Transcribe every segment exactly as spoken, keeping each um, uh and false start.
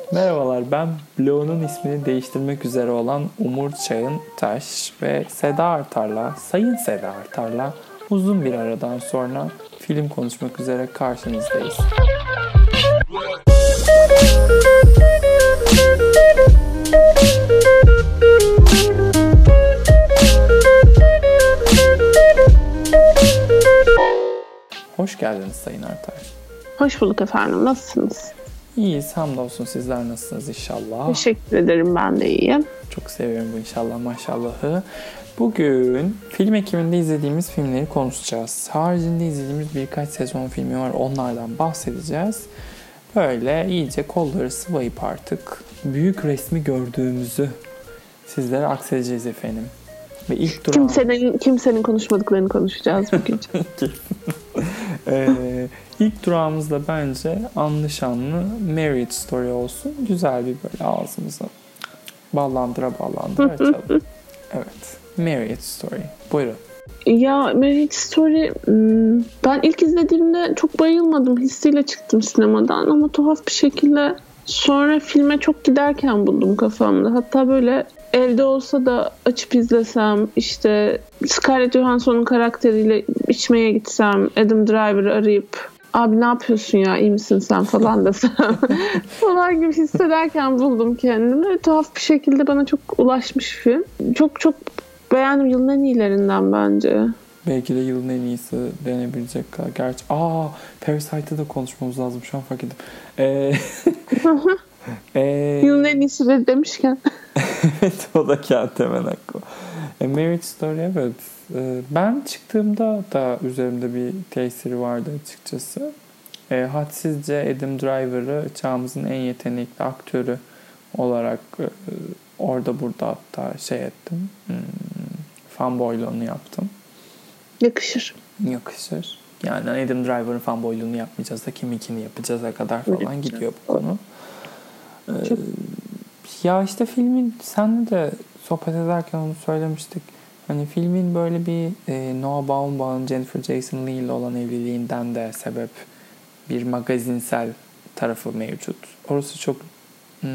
Merhabalar, ben bloğunun ismini değiştirmek üzere olan Umur Çağıntaş ve Seda Artar'la, Sayın Seda Artar'la uzun bir aradan sonra film konuşmak üzere karşınızdayız. Hoş geldiniz Sayın Artar. Hoş bulduk efendim. Nasılsınız? İyiyiz. Hamdolsun. Sizler nasılsınız inşallah? Teşekkür ederim. Ben de iyiyim. Çok seviyorum bu inşallah maşallahı. Bugün film ekiminde izlediğimiz filmleri konuşacağız. Haricinde izlediğimiz birkaç sezon filmi var. Onlardan bahsedeceğiz. Böyle iyice kolları sıvayıp artık büyük resmi gördüğümüzü sizlere aksedeceğiz efendim. Ve ilk duran... Kimsenin, kimsenin konuşmadıklarını konuşacağız bugün. ee, ilk durağımız da bence anlı şanlı Marriage Story olsun. Güzel bir böyle ağzımıza ballandıra ballandıra açalım. Evet. Marriage Story. Buyurun. Ya Marriage Story ben ilk izlediğimde çok bayılmadım. Hissiyle çıktım sinemadan ama tuhaf bir şekilde sonra filme çok giderken buldum kafamda. Hatta böyle evde olsa da açıp izlesem, işte Scarlett Johansson'un karakteriyle içmeye gitsem, Adam Driver'ı arayıp abi ne yapıyorsun ya, iyi misin sen falan desem falan gibi hissederken buldum kendimi. Tuhaf bir şekilde bana çok ulaşmış film. Çok çok beğendim. Yılın en iyilerinden bence. Belki de yılın en iyisi denebilecek. Gerçi aa Parasite'ı da konuşmamız lazım şu an fark ettim. Ee, ee, yılın en iyisi de demişken. Evet, o da geldi hemen aklıma. E, Marriage Story evet. E, ben çıktığımda da üzerimde bir tesiri vardı açıkçası. E, hadsizce Adam Driver'ı çağımızın en yetenekli aktörü olarak e, orada burada hatta şey ettim. Hmm, fanboyluğunu yaptım. Yakışır. Yakışır. Yani Adam Driver'ın fanboyluğunu yapmayacağız da kiminkini yapacağız'a kadar falan evet, gidiyor bu konu. E, Çok... Ya işte filmin senle de sohbet ederken onu söylemiştik. Hani filmin böyle bir e, Noah Baumbach'ın Jennifer Jason Leigh ile olan evliliğinden de sebep bir magazinsel tarafı mevcut. Orası çok hmm,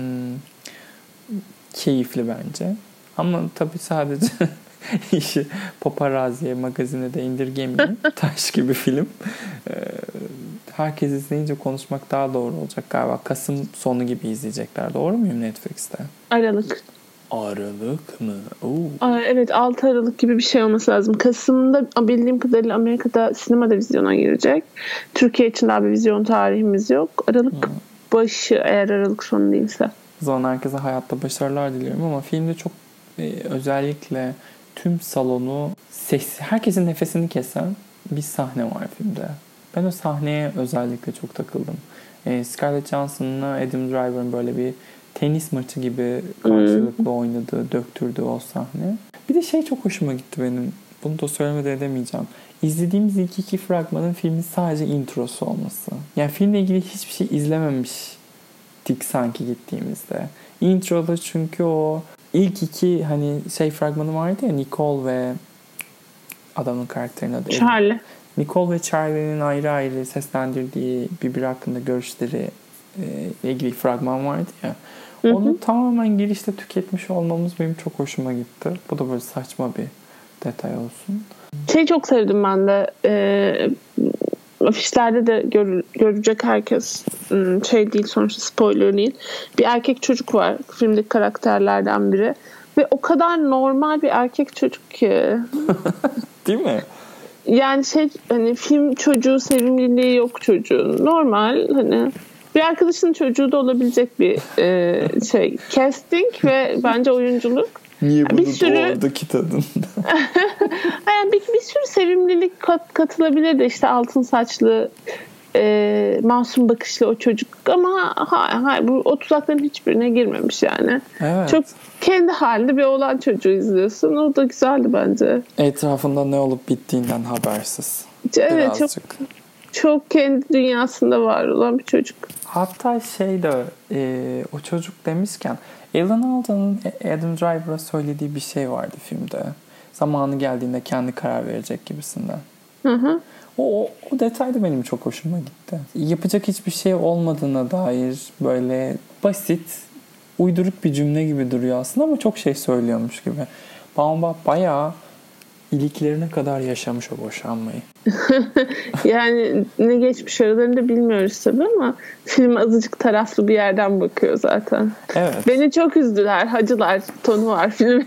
keyifli bence. Ama tabii sadece işi paparazziye, magazine de indirgemeyeyim. Taş gibi film. Ee, herkes izleyince konuşmak daha doğru olacak galiba. Kasım sonu gibi izleyecekler. Doğru muyum Netflix'te? Aralık. Aralık mı? Oo. Aa, evet altı Aralık gibi bir şey olması lazım. Kasım'da bildiğim kadarıyla Amerika'da sinemada vizyona girecek. Türkiye için daha bir vizyon tarihimiz yok. Aralık hmm. başı eğer Aralık sonu değilse. O zaman herkese hayatta başarılar diliyorum ama filmde çok e, özellikle tüm salonu ses, herkesin nefesini kesen bir sahne var filmde. Ben o sahneye özellikle çok takıldım. E, Scarlett Johansson'la Adam Driver'ın böyle bir tenis maçı gibi karşılıklı hmm. oynadığı, döktürdüğü o sahne. Bir de şey çok hoşuma gitti benim. Bunu da söylemeden edemeyeceğim. İzlediğimiz ilk iki fragmanın filmin sadece introsu olması. Yani filmle ilgili hiçbir şey izlememiştik sanki gittiğimizde. Introda çünkü o ilk iki hani şey fragmanı vardı ya, Nicole ve adamın karakterinin adı Charlie. Nicole ve Charlie'nin ayrı ayrı seslendirdiği birbiri hakkında görüşleri ile ilgili fragman vardı ya. Hı hı. Onu tamamen girişte tüketmiş olmamız benim çok hoşuma gitti. Bu da böyle saçma bir detay olsun. Şey çok sevdim ben de. E, afişlerde de gör, görecek herkes. Şey değil, sonuçta spoiler değil. Bir erkek çocuk var filmdeki karakterlerden biri. Ve o kadar normal bir erkek çocuk ki. Değil mi? Yani şey hani film çocuğu, sevimliliği yok çocuğun. Normal hani bir arkadaşının çocuğu da olabilecek bir e, şey. Casting ve bence oyunculuk. Niye bunu bir sürü... doğurdu ki tadında? yani bir, bir sürü sevimlilik kat, katılabilir de işte altın saçlı e, masum bakışlı o çocuk ama hayır, hayır, bu o tuzakların hiçbirine girmemiş yani. Evet. Çok kendi halinde bir oğlan çocuğu izliyorsun. O da güzeldi bence. Etrafında ne olup bittiğinden habersiz. Evet, birazcık. çok çok kendi dünyasında var olan bir çocuk. Hatta şey de e, o çocuk demişken Alan Aldan'ın Adam Driver'a söylediği bir şey vardı filmde. Zamanı geldiğinde kendi karar verecek gibisinden. Hı hı. O, o, o detay da benim çok hoşuma gitti. Yapacak hiçbir şey olmadığına dair böyle basit, uyduruk bir cümle gibi duruyor aslında ama çok şey söylüyormuş gibi. Baumbach bayağı iliklerine kadar yaşamış o boşanmayı. Yani ne geçmiş aralarında bilmiyoruz tabii ama film azıcık taraflı bir yerden bakıyor zaten. Evet. Beni çok üzdüler. Hacılar tonu var filmin.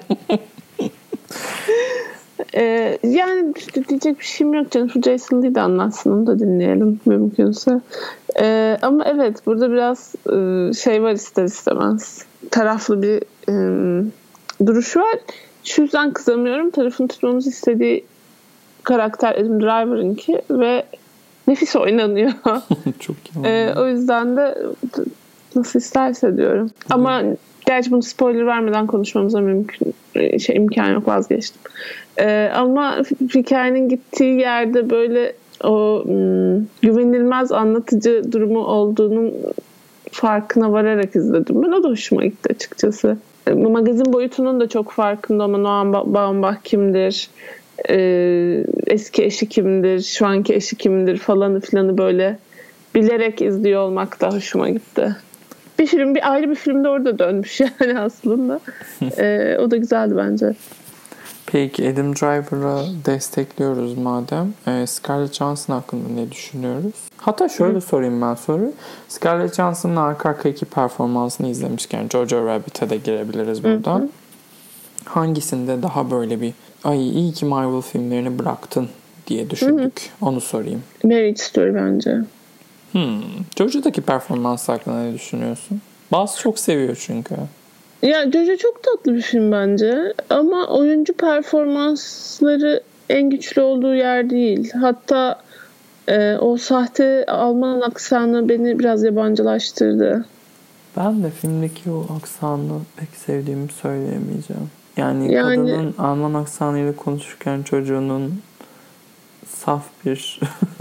ee, yani diyecek bir şeyim yok canım. Şu Jason Lee'de anlatsın, onu da dinleyelim mümkünse. Ee, ama evet, burada biraz e, şey var ister istemez. Taraflı bir e, duruşu var. Şu yüzden kızamıyorum. Tarafını tutmamızı istediği karakter Adam Driver'ınki ve nefis oynanıyor. Çok iyi. Ee, o yüzden de nasıl isterse diyorum. Hı-hı. Ama gerçi bunu spoiler vermeden konuşmamıza mümkün şey imkan yok, vazgeçtim. Ee, ama hikayenin gittiği yerde böyle o ım, güvenilmez anlatıcı durumu olduğunun farkına vararak izledim. Ben o da hoşuma gitti açıkçası. Ee, magazin boyutunun da çok farkında ama Noam Baumbach kimdir? Ee, eski eşi kimdir, şu anki eşi kimdir falanı filanı böyle bilerek izliyor olmak da hoşuma gitti. Bir film, bir ayrı bir filmde orada dönmüş yani aslında. Ee, o da güzeldi bence. Peki Adam Driver'ı destekliyoruz madem. Ee, Scarlett Johansson hakkında ne düşünüyoruz? Hatta şöyle Hı. sorayım ben soruyu. Scarlett Johansson'ın arka arka iki performansını izlemişken Jojo Rabbit'e de girebiliriz buradan. Hı. Hangisinde daha böyle bir ay iyi ki Marvel filmlerini bıraktın diye düşündük. Hı hı. Onu sorayım. Marriage Story bence. Hmm. Jojo'daki performans hakkında ne düşünüyorsun? Bazı çok seviyor çünkü. Ya Jojo çok tatlı bir film bence. Ama oyuncu performansları en güçlü olduğu yer değil. Hatta e, o sahte Alman aksanı beni biraz yabancılaştırdı. Ben de filmdeki o aksanı pek sevdiğimi söyleyemeyeceğim. Yani, yani kadının Alman aksanıyla konuşurken çocuğunun saf bir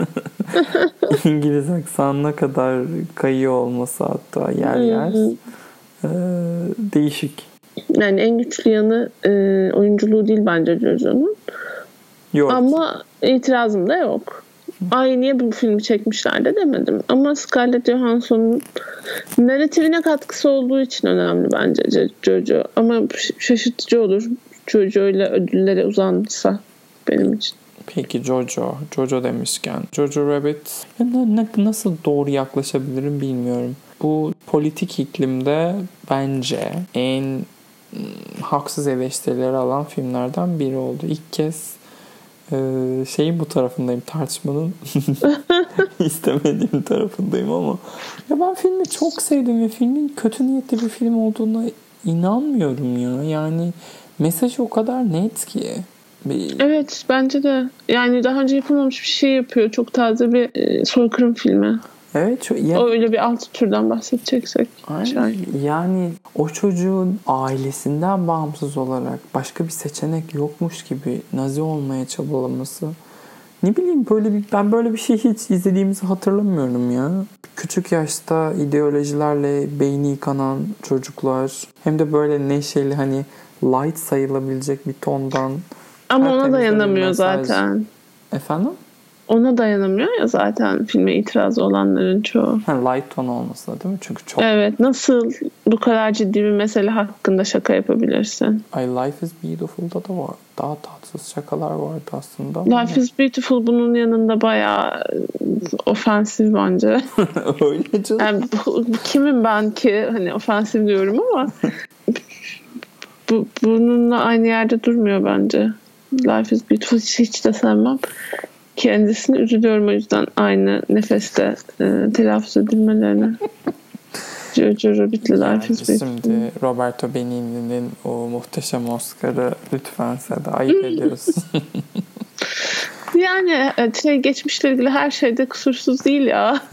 İngiliz aksanına kadar kayıyor olması hatta yer yer ee, değişik. Yani en güçlü yanı e, oyunculuğu değil bence Jojo'nun. Yok. Ama itirazım da yok. Ay niye bu filmi çekmişler de demedim. Ama Scarlett Johansson'un narratifine katkısı olduğu için önemli bence Jojo. Ama şaşırtıcı olur Jojo'yla ödüllere uzanırsa benim için. Peki Jojo. Jojo demişken. Jojo Rabbit ne, nasıl doğru yaklaşabilirim bilmiyorum. Bu politik iklimde bence en ım, haksız eleştirileri alan filmlerden biri oldu. İlk kez e, şeyin bu tarafındayım, tartışmanın istemediğim tarafındayım ama ya ben filmi çok sevdim ve filmin kötü niyetli bir film olduğuna inanmıyorum ya. Yani mesajı o kadar net ki. Evet bence de. Yani daha önce yapılmamış bir şey yapıyor. Çok taze bir e, soykırım filmi. Evet. Çok, ya, öyle bir alt türden bahsedeceksek. Aynen. Yani o çocuğun ailesinden bağımsız olarak başka bir seçenek yokmuş gibi Nazi olmaya çabalaması. Ne bileyim böyle bir, ben böyle bir şey hiç izlediğimizi hatırlamıyorum ya. Küçük yaşta ideolojilerle beyni yıkanan çocuklar hem de böyle neşeli hani light sayılabilecek bir tondan. Ama ona dayanamıyor zaten. Efendim? Ona dayanamıyor ya zaten filme itirazı olanların çoğu. Ha, light tone olması da değil mi? Çünkü çok... Evet. Nasıl bu kadar ciddi bir mesele hakkında şaka yapabilirsin? Ay Life is Beautiful'da da var. Daha tatsız şakalar vardı aslında. Life ama. is Beautiful bunun yanında bayağı ofensif bence. Öyle canım. Yani, bu, kimim ben ki hani ofensif diyorum ama bu, bununla aynı yerde durmuyor bence. Life is Beautiful hiç, hiç de sevmem. Kendisini üzülüyorum o yüzden aynı nefeste e, telaffuz edilmelerine. Jojo Rabbit'le Life is Beautiful. Şimdi Roberto Benigni'nin o muhteşem Oscar'ı lütfen Seda ayıp ediyorsun. Yani şey geçmişle ilgili her şeyde kusursuz değil ya.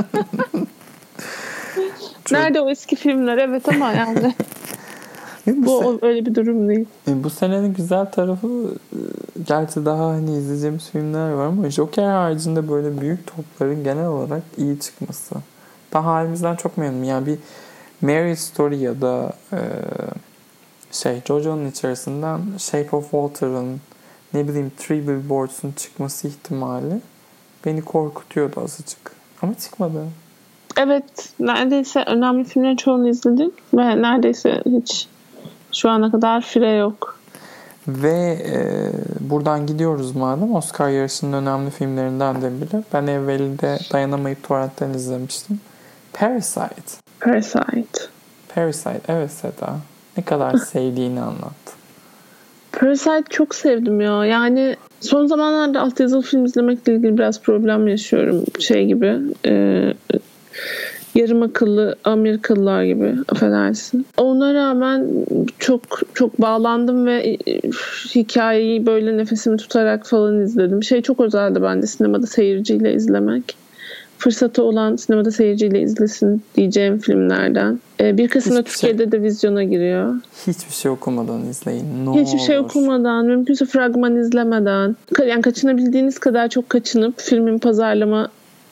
Çok... Nerede o eski filmler? Evet ama yani. Bu, bu sen... öyle bir durum değil. Bu senenin güzel tarafı gerçi daha hani izleyeceğimiz filmler var ama Joker haricinde böyle büyük topların genel olarak iyi çıkması. Ben halimizden çok memnunum. Yani bir Marriage Story ya da e, şey Jojo'nun içerisinden Shape of Water'ın ne bileyim Three Billboards'un çıkması ihtimali beni korkutuyordu azıcık. Ama çıkmadı. Evet, neredeyse önemli filmlerin çoğunu izledim ve neredeyse hiç şu ana kadar fire yok. Ve e, buradan gidiyoruz madem, Oscar yarışının önemli filmlerinden de biri. Ben evvelinde dayanamayıp torrentten izlemiştim. Parasite. Parasite. Parasite, evet Seda. Ne kadar sevdiğini anlat. Parasite çok sevdim ya. Yani son zamanlarda altyazılı film izlemekle ilgili biraz problem yaşıyorum. Şey gibi. E, yarım akıllı Amerikalılar gibi, affedersin. Ona rağmen çok çok bağlandım ve hikayeyi böyle nefesimi tutarak falan izledim. Şey çok özeldi bende, sinemada seyirciyle izlemek. Fırsatı olan sinemada seyirciyle izlesin diyeceğim filmlerden. Bir Kasım'da Türkiye'de şey, de vizyona giriyor. Hiçbir şey okumadan izleyin. Ne Hiçbir olur. şey okumadan, mümkünse fragman izlemeden. Yani kaçınabildiğiniz kadar çok kaçınıp filmin pazarlama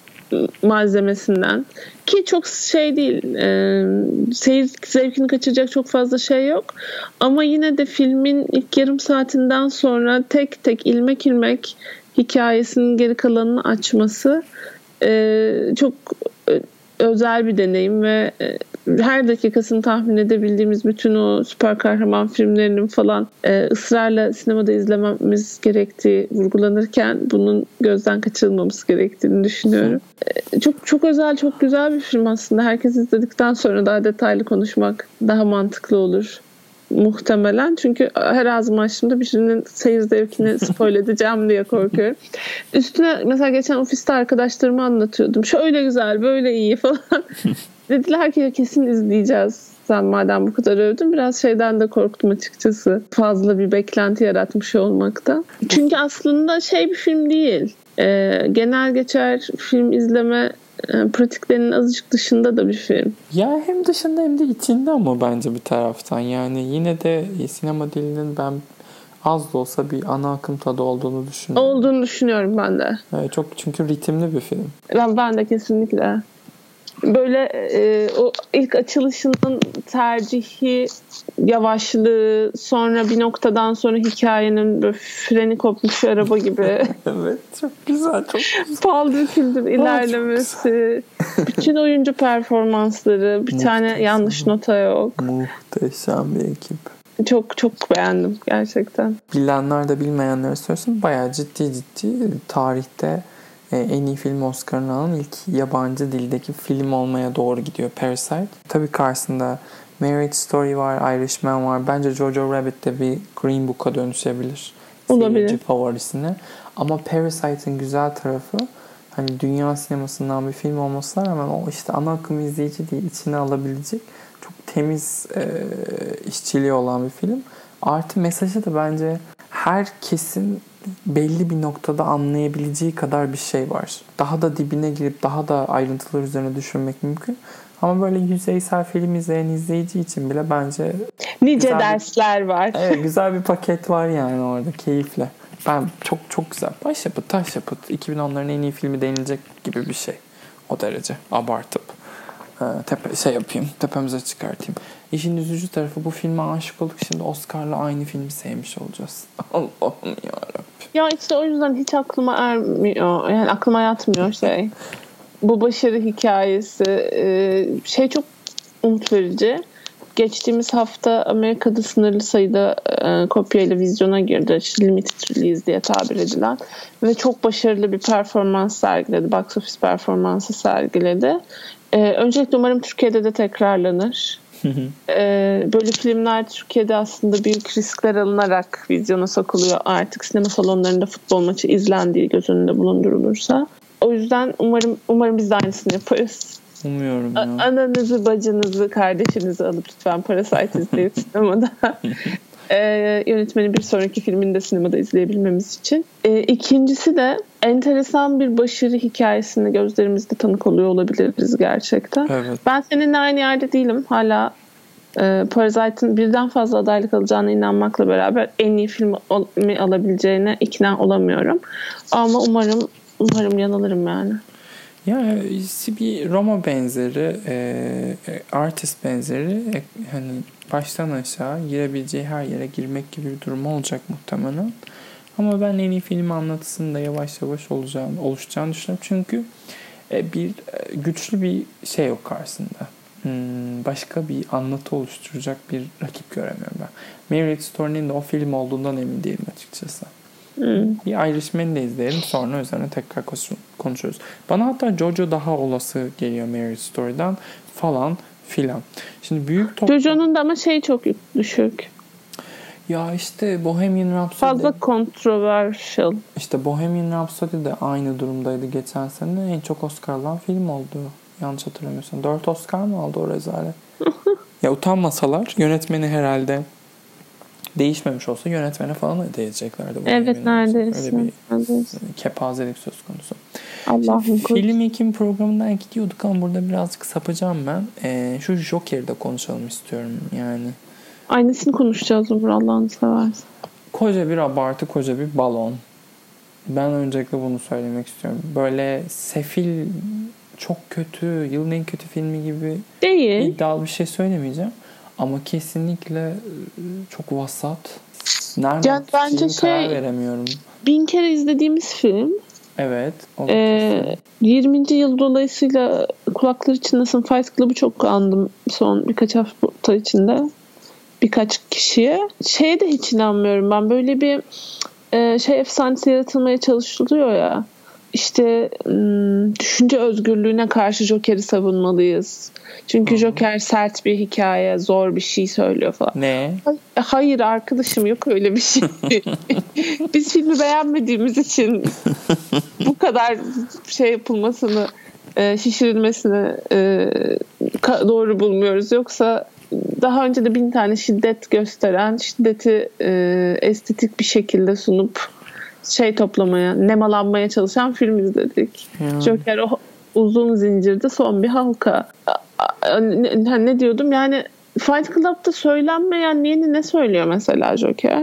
malzemesinden, ki çok şey değil, e, seyir zevkini kaçıracak çok fazla şey yok ama yine de filmin ilk yarım saatinden sonra tek tek ilmek ilmek hikayesinin geri kalanını açması e, çok özel bir deneyim ve e, her dakikasını tahmin edebildiğimiz bütün o süper kahraman filmlerinin falan e, ısrarla sinemada izlememiz gerektiği vurgulanırken bunun gözden kaçırılmaması gerektiğini düşünüyorum. E, çok çok özel, çok güzel bir film aslında. Herkes izledikten sonra daha detaylı konuşmak daha mantıklı olur muhtemelen. Çünkü her ağzımı açtığımda birinin seyir zevkini spoil edeceğim diye korkuyorum. Üstüne mesela geçen ofiste arkadaşlarıma anlatıyordum. Şöyle güzel, böyle iyi falan. Dediler ki kesin izleyeceğiz. Sen madem bu kadar övdün, biraz şeyden de korktum açıkçası. Fazla bir beklenti yaratmış olmakta. Çünkü aslında şey bir film değil. Ee, genel geçer film izleme pratiklerinin azıcık dışında da bir film. Ya hem dışında hem de içinde ama bence bir taraftan. Yani yine de sinema dilinin ben az da olsa bir ana akım tadı olduğunu düşünüyorum. Olduğunu düşünüyorum ben de. Evet, çok çünkü ritimli bir film. Ben, ben de kesinlikle. Böyle e, o ilk açılışının tercihi, yavaşlığı, sonra bir noktadan sonra hikayenin böyle freni kopmuş bir araba gibi. Evet, çok güzel, çok güzel. Paldır küldür ilerlemesi, bütün oyuncu performansları, bir Muhteşem. Tane yanlış nota yok. Muhteşem bir ekip. Çok çok beğendim gerçekten. Bilenler de bilmeyenlere söylesin, bayağı ciddi ciddi tarihte en iyi film Oscar'ını alan ilk yabancı dildeki film olmaya doğru gidiyor Parasite. Tabii karşısında Marriage Story var, Irishman var. Bence Jojo Rabbit de bir Green Book'a dönüşebilir. Olabilir. Seyirci favorisine. Ama Parasite'ın güzel tarafı, hani dünya sinemasından bir film olmasına rağmen o işte ana akım izleyici diye içine alabilecek çok temiz e, işçiliği olan bir film. Artı mesajı da bence herkesin belli bir noktada anlayabileceği kadar bir şey var. Daha da dibine girip daha da ayrıntılar üzerine düşünmek mümkün. Ama böyle yüzeysel film izleyen izleyici için bile bence nice dersler bir, var. Evet, güzel bir paket var yani orada, keyifle. Ben çok çok güzel. Başyapıt, taşyapıt. iki bin onların en iyi filmi denilecek gibi bir şey. O derece abartıp tepe, şey yapayım, tepemize çıkartayım. İşin üzücü tarafı, bu filme aşık olduk, şimdi Oscar'la aynı filmi sevmiş olacağız. Allah'ım yarabbim. Ya işte o yüzden hiç aklıma ermiyor. Yani aklıma yatmıyor şey. Bu başarı hikayesi şey çok umut verici. Geçtiğimiz hafta Amerika'da sınırlı sayıda e, kopyayla vizyona girdi. Limited release diye tabir edilen. Ve çok başarılı bir performans sergiledi. Box office performansı sergiledi. E, öncelikle umarım Türkiye'de de tekrarlanır. e, böyle filmler Türkiye'de aslında büyük riskler alınarak vizyona sokuluyor. Artık sinema salonlarında futbol maçı izlendiği göz önünde bulundurulursa. O yüzden umarım umarım biz de aynısını yaparız. Umuyorum ya. Ananızı, bacınızı, kardeşinizi alıp lütfen Parasite izleyin sinemada. ee, yönetmenin bir sonraki filmini de sinemada izleyebilmemiz için. Ee, ikincisi de enteresan bir başarı hikayesini gözlerimizde tanık oluyor olabiliriz gerçekten. Evet. Ben seninle aynı yerde değilim. Hala e, Parasite'ın birden fazla adaylık alacağına inanmakla beraber en iyi filmi alabileceğine ikna olamıyorum. Ama umarım umarım yanılırım yani. Ya bir Roma benzeri, e, artist benzeri, e, hani baştan aşağı girebileceği her yere girmek gibi bir durum olacak muhtemelen. Ama ben en iyi film anlatısının da yavaş yavaş olacağını, oluşacağını düşünüyorum. Çünkü bir güçlü bir şey yok karşısında. Hmm, başka bir anlatı oluşturacak bir rakip göremiyorum ben. Marriage Story'nin de o film olduğundan emin değilim açıkçası. Hmm. Bir Irishman'i de izleyelim, sonra üzerine tekrar konuşuruz. Bana hatta Jojo daha olası geliyor Marriage Story'den falan filan. Şimdi büyük toplam... Jojo'nun da ama şey çok düşük. Ya işte Bohemian Rhapsody... Fazla controversial. İşte Bohemian Rhapsody de aynı durumdaydı geçen sene. En çok Oscar alan film oldu. Yanlış hatırlamıyorsam. Dört Oscar mı aldı o rezalet? Ya utanmasalar yönetmeni herhalde değişmemiş olsa yönetmene falan da değeceklerdi. Evet, neredeyse. Öyle bir neredeyse. Kepazelik söz konusu. Allah'ım korusun. Film Ekim programından gidiyorduk ama burada birazcık sapacağım ben. Ee, şu Joker'i de konuşalım istiyorum yani. Aynısını konuşacağız Umur, Allah'ını seversen. Koca bir abartı, koca bir balon. Ben öncelikle bunu söylemek istiyorum. Böyle sefil, çok kötü, yılın en kötü filmi gibi değil, iddialı bir şey söylemeyeceğim. Ama kesinlikle çok vasat. Nereden yani bence şey, karar veremiyorum. Bin kere izlediğimiz film. Evet. Ee, yirminci yıl dolayısıyla kulakları çınlasın Fight Club'ı çok andım son birkaç hafta içinde. Birkaç kişiye. Şeye de hiç inanmıyorum ben. Böyle bir e, şey efsanesi yaratılmaya çalışılıyor ya. İşte ım, düşünce özgürlüğüne karşı Joker'i savunmalıyız. Çünkü Hı-hı. Joker sert bir hikaye, zor bir şey söylüyor falan. Ne? Hayır arkadaşım, yok öyle bir şey. Biz filmi beğenmediğimiz için bu kadar şey yapılmasını, e, şişirilmesini e, ka- doğru bulmuyoruz. Yoksa daha önce de bin tane şiddet gösteren, şiddeti e, estetik bir şekilde sunup şey toplamaya, nemalanmaya çalışan film izledik. Hmm. Joker o uzun zincirde son bir halka. Ne, ne diyordum? Yani Fight Club'da söylenmeyen yeni ne söylüyor mesela Joker?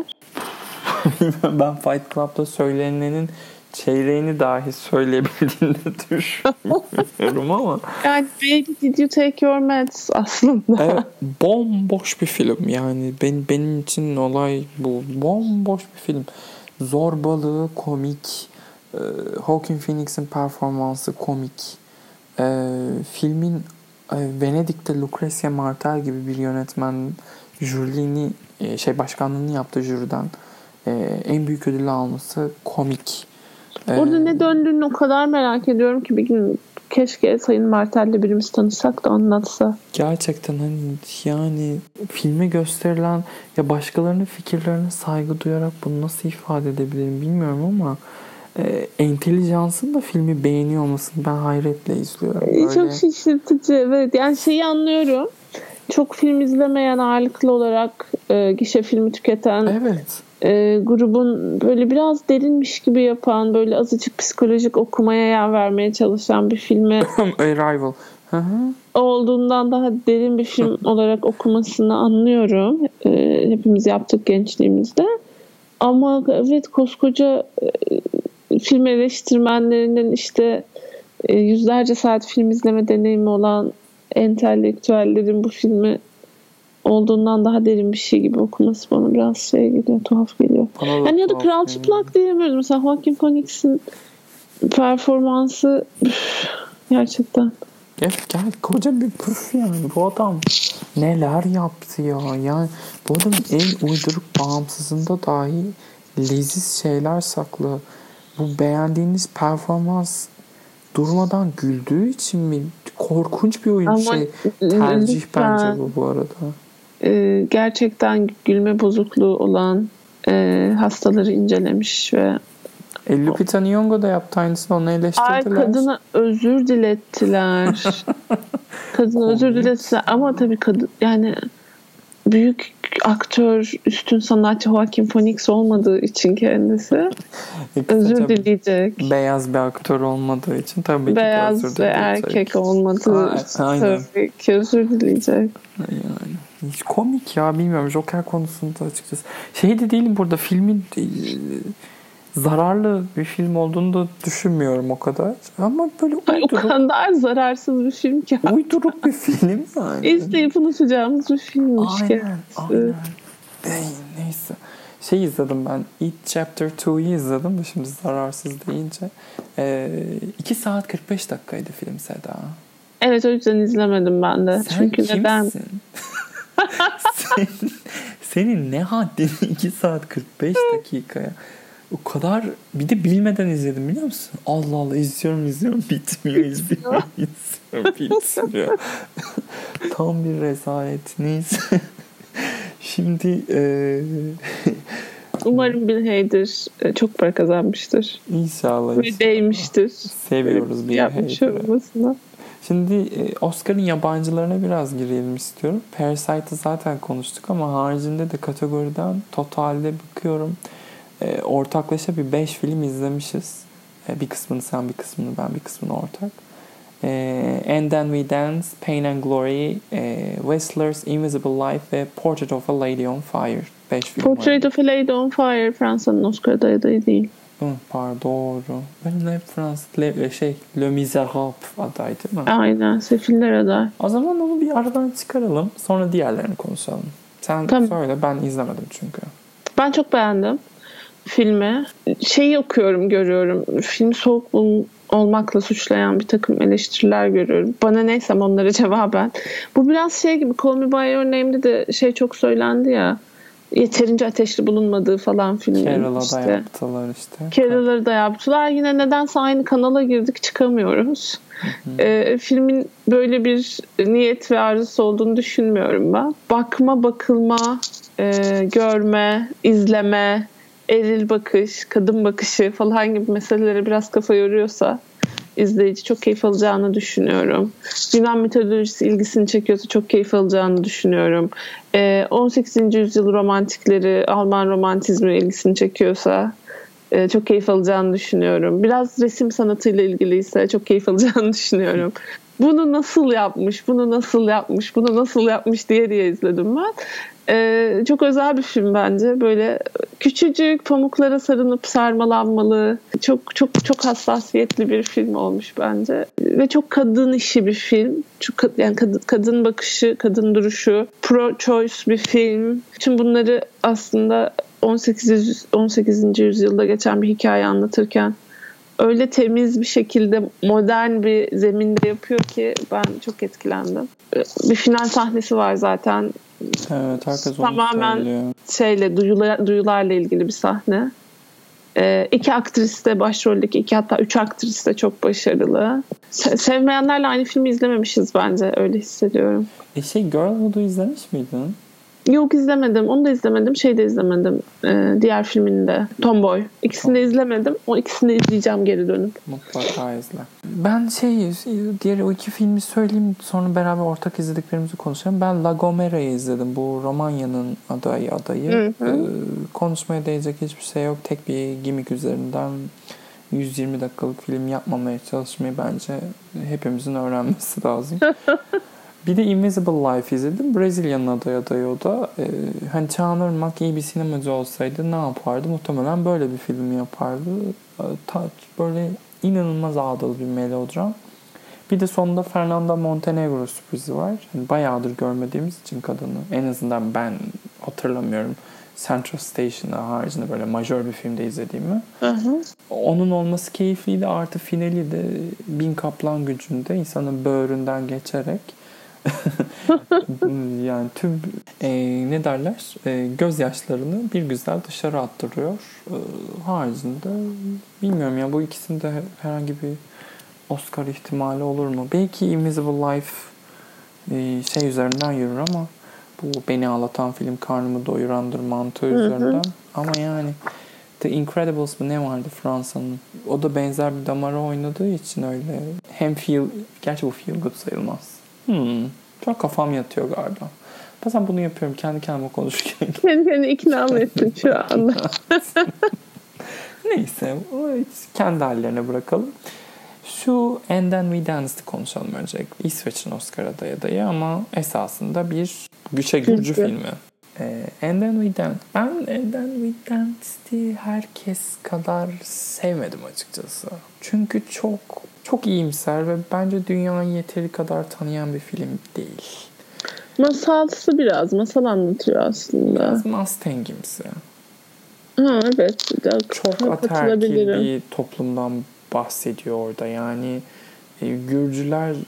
Ben Fight Club'da söylenenin çeyreğini dahi söyleyebildiğini düşünmüyorum ama. Yani Baby Did You Take Your Meds aslında. Evet, bomboş bir film yani. Ben, benim için olay bu. Bomboş bir film. Zorbalığı komik. E, Joaquin Phoenix'in performansı komik. E, filmin e, Venedik'te Lucrezia Martel gibi bir yönetmen jüriliğini e, şey başkanlığını yaptığı jüriden e, en büyük ödülü alması komik. Orada ee, ne döndüğünü o kadar merak ediyorum ki bir gün keşke Sayın Martel'le birimiz tanışsak da anlatsa. Gerçekten hani yani filme gösterilen ya başkalarının fikirlerine saygı duyarak bunu nasıl ifade edebilirim bilmiyorum ama e, entelijansın da filmi beğeniyor olmasını ben hayretle izliyorum. Böyle. Çok şaşırtıcı, evet. Yani şeyi anlıyorum. Çok film izlemeyen, ağırlıklı olarak e, gişe filmi tüketen evet. e, grubun böyle biraz derinmiş gibi yapan, böyle azıcık psikolojik okumaya yer vermeye çalışan bir filmi Arrival olduğundan daha derin bir film olarak okumasını anlıyorum. E, hepimiz yaptık gençliğimizde. Ama evet, koskoca e, film eleştirmenlerinin işte e, yüzlerce saat film izleme deneyimi olan entelektüellerin bu filmi olduğundan daha derin bir şey gibi okuması bana biraz şey geliyor, tuhaf geliyor. Yani ya da Kral Çıplak diyemiyoruz. Mesela Joaquin Phoenix'in performansı üf, gerçekten. Gel, gel koca bir püf yani. Bu adam neler yaptı ya. Yani bu adamın en uyduruk bağımsızında dahi leziz şeyler saklı. Bu beğendiğiniz performans durmadan güldüğü için mi? Korkunç bir oyun Ama şey. Tercih lütfen, bence bu bu arada. E, gerçekten gülme bozukluğu olan e, hastaları incelemiş ve e, Lupita Nyong'o da yaptı aynısını, onu eleştirdiler. Ay, kadına özür dilettiler. Kadına özür dilettiler ama tabii kadın yani büyük aktör, üstün sanatçı Joaquin Phoenix olmadığı için kendisi e, özür dileyecek. Beyaz bir aktör olmadığı için tabii ki beyaz özür dileyecek. Beyaz ve erkek olmadığı için tabii ki özür dileyecek. Yani hiç komik ya, bilmiyorum Joker konusunda açıkçası. Şey de değilim burada, filmin zararlı bir film olduğunu da düşünmüyorum o kadar. Ama böyle uyduruk. O kadar zararsız bir film ki. Uyduruk bir film yani. İzleyip unutacağımız bir filmmiş. Aynen. Aynen. Ey, neyse. Şey izledim ben. It Chapter iki'yi izledim de şimdi zararsız deyince. Ee, iki saat kırk beş dakikaydı film Seda. Evet, o yüzden izlemedim ben de. Sen Çünkü kimsin? neden? senin, senin ne haddin iki saat kırk beş dakikaya. O kadar bir de bilmeden izledim biliyor musun? Allah Allah izliyorum izliyorum bitmiyor izliyorum izliyorum bitmiyor. Tam bir rezalet. Neyse. Şimdi e... umarım Bill Hader çok para kazanmıştır. İnşallah. Ve değmiştir. Seviyoruz Bill Hader'ı. Şimdi Oscar'ın yabancılarına biraz girelim istiyorum. Parasite'ı zaten konuştuk ama haricinde de kategoriden totalde bakıyorum. E, ortaklaşa bir beş film izlemişiz. E, bir kısmını sen, bir kısmını ben, bir kısmını ortak. E, And Then We Dance, Pain and Glory, e, Wrestlers, Invisible Life ve Portrait of a Lady on Fire. beş film Portrait var. of a Lady on Fire Fransa'nın Oscar adayı değil. Hı, pardon doğru. Ben hep Fransız Le, şey Le Misérables aday değil mi? Aynen, Sefiller aday. O zaman onu bir aradan çıkaralım. Sonra diğerlerini konuşalım. Sen tamam. Söyle, ben izlemedim çünkü. Ben çok beğendim filmi. Şeyi okuyorum, görüyorum. Filmi soğuk olmakla suçlayan bir takım eleştiriler görüyorum. Bana neysem onlara cevaben. Bu biraz şey gibi, Call Me By Your Name'de de şey çok söylendi ya. Yeterince ateşli bulunmadığı falan filmin. Carol'a işte. da yaptılar işte. Carol'ları da yaptılar. Yine nedense aynı kanala girdik, çıkamıyoruz. Ee, filmin böyle bir niyet ve arzusu olduğunu düşünmüyorum ben. Bakma, bakılma, e, görme, izleme, eril bakış, kadın bakışı falan gibi meselelere biraz kafa yoruyorsa izleyici çok keyif alacağını düşünüyorum. Yunan mitolojisi ilgisini çekiyorsa çok keyif alacağını düşünüyorum. Ee, on sekizinci yüzyıl romantikleri, Alman romantizmi ilgisini çekiyorsa e, çok keyif alacağını düşünüyorum. Biraz resim sanatıyla ilgiliyse çok keyif alacağını düşünüyorum. Bunu nasıl yapmış, bunu nasıl yapmış, bunu nasıl yapmış diye diye izledim ben. Ee, çok özel bir film bence. Böyle küçücük, pamuklara sarınıp sarmalanmalı, çok çok çok hassasiyetli bir film olmuş bence. Ve çok kadın işi bir film. Çok yani kadın, kadın bakışı, kadın duruşu, pro-choice bir film. Bütün bunları aslında on sekizinci yüzyılda geçen bir hikaye anlatırken öyle temiz bir şekilde modern bir zeminde yapıyor ki ben çok etkilendim. Bir final sahnesi var zaten. Evet, herkes onu tamamen söylüyor. Şeyle, duyular, duyularla ilgili bir sahne. Ee, iki aktris de başroldeki iki hatta üç aktris de çok başarılı. Se- sevmeyenlerle aynı filmi izlememişiz bence, öyle hissediyorum. E şey Girlhood'u izlemiş miydin? Yok, izlemedim. Onu da izlemedim. Şey de izlemedim. Ee, diğer filmini de. Tomboy. İkisini de izlemedim. O ikisini de izleyeceğim geri dönüp. Mutlaka izle. Ben şey diğer o iki filmi söyleyeyim, sonra beraber ortak izlediklerimizi konuşalım. Ben La Gomera'yı izledim. Bu Romanya'nın adayı adayı. Hı hı. Ee, konuşmaya değecek hiçbir şey yok. Tek bir gimmick üzerinden yüz yirmi dakikalık film yapmamaya çalışmayı bence hepimizin öğrenmesi lazım. Bir de Invisible Life izledim. Brezilya'nın adayı adayı o da. Ee, hani Çağan Irmak iyi bir sinemacı olsaydı ne yapardı? Muhtemelen böyle bir film yapardı. Ta, böyle inanılmaz ağdalı bir melodram. Bir de sonunda Fernanda Montenegro sürprizi var. Yani bayağıdır görmediğimiz için kadını. En azından ben hatırlamıyorum. Central Station'da haricinde böyle majör bir filmde izlediğimi. Hı hı. Onun olması keyifliydi. Artı finali de bin kaplan gücünde insanın böğründen geçerek yani tüm e, ne derler e, gözyaşlarını bir güzel dışarı attırıyor. E, haricinde bilmiyorum ya, bu ikisinde herhangi bir Oscar ihtimali olur mu? Belki Invisible Life e, şey üzerinden yürür ama bu beni ağlatan film karnımı doyurandır mantığı üzerinden. Ama yani The Incredibles mı ne vardı Fransa'nın? O da benzer bir damara oynadığı için öyle. Hem feel, gerçi bu feel good sayılmaz. Hmm. Çok kafam yatıyor galiba. Bazen bunu yapıyorum kendi kendime konuşurken. Kendi kendine ikna mı ettin şu anda? Neyse. Kendi hallerine bırakalım. Şu And Then We Dance'ı konuşalım öncelikle. İsveç'in Oscar adayı adayı ama esasında bir güçe gücü filmi. Ee, And Then We Dance. Ben And Then We Dance'ı herkes kadar sevmedim açıkçası. Çünkü çok çok iyimser ve bence dünyayı yeteri kadar tanıyan bir film değil. Masalsı biraz. Masal anlatıyor aslında. Biraz Mustang'imsi. Ha, evet. Çok ataerkil bir toplumdan bahsediyor orada. Yani e, Gürcüler e,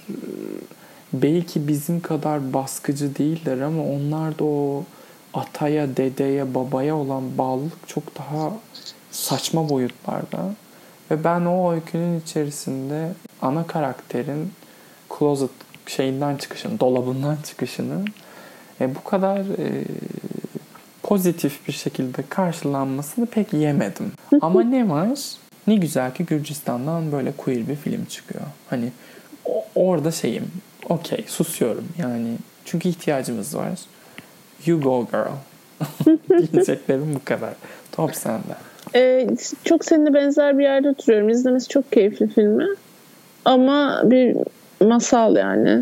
belki bizim kadar baskıcı değiller ama onlar da o ataya, dedeye, babaya olan bağlılık çok daha saçma boyutlarda. Ve ben o öykünün içerisinde ana karakterin closet şeyinden çıkışını, dolabından çıkışını e, bu kadar e, pozitif bir şekilde karşılanmasını pek yemedim. Ama ne var? Ne güzel ki Gürcistan'dan böyle queer bir film çıkıyor. Hani o, orada şeyim, okey, susuyorum yani. Çünkü ihtiyacımız var. You go girl. Diyeceklerim bu kadar. Top sende. Ee, çok seninle benzer bir yerde oturuyorum. İzlemesi çok keyifli filmi. Ama bir masal yani.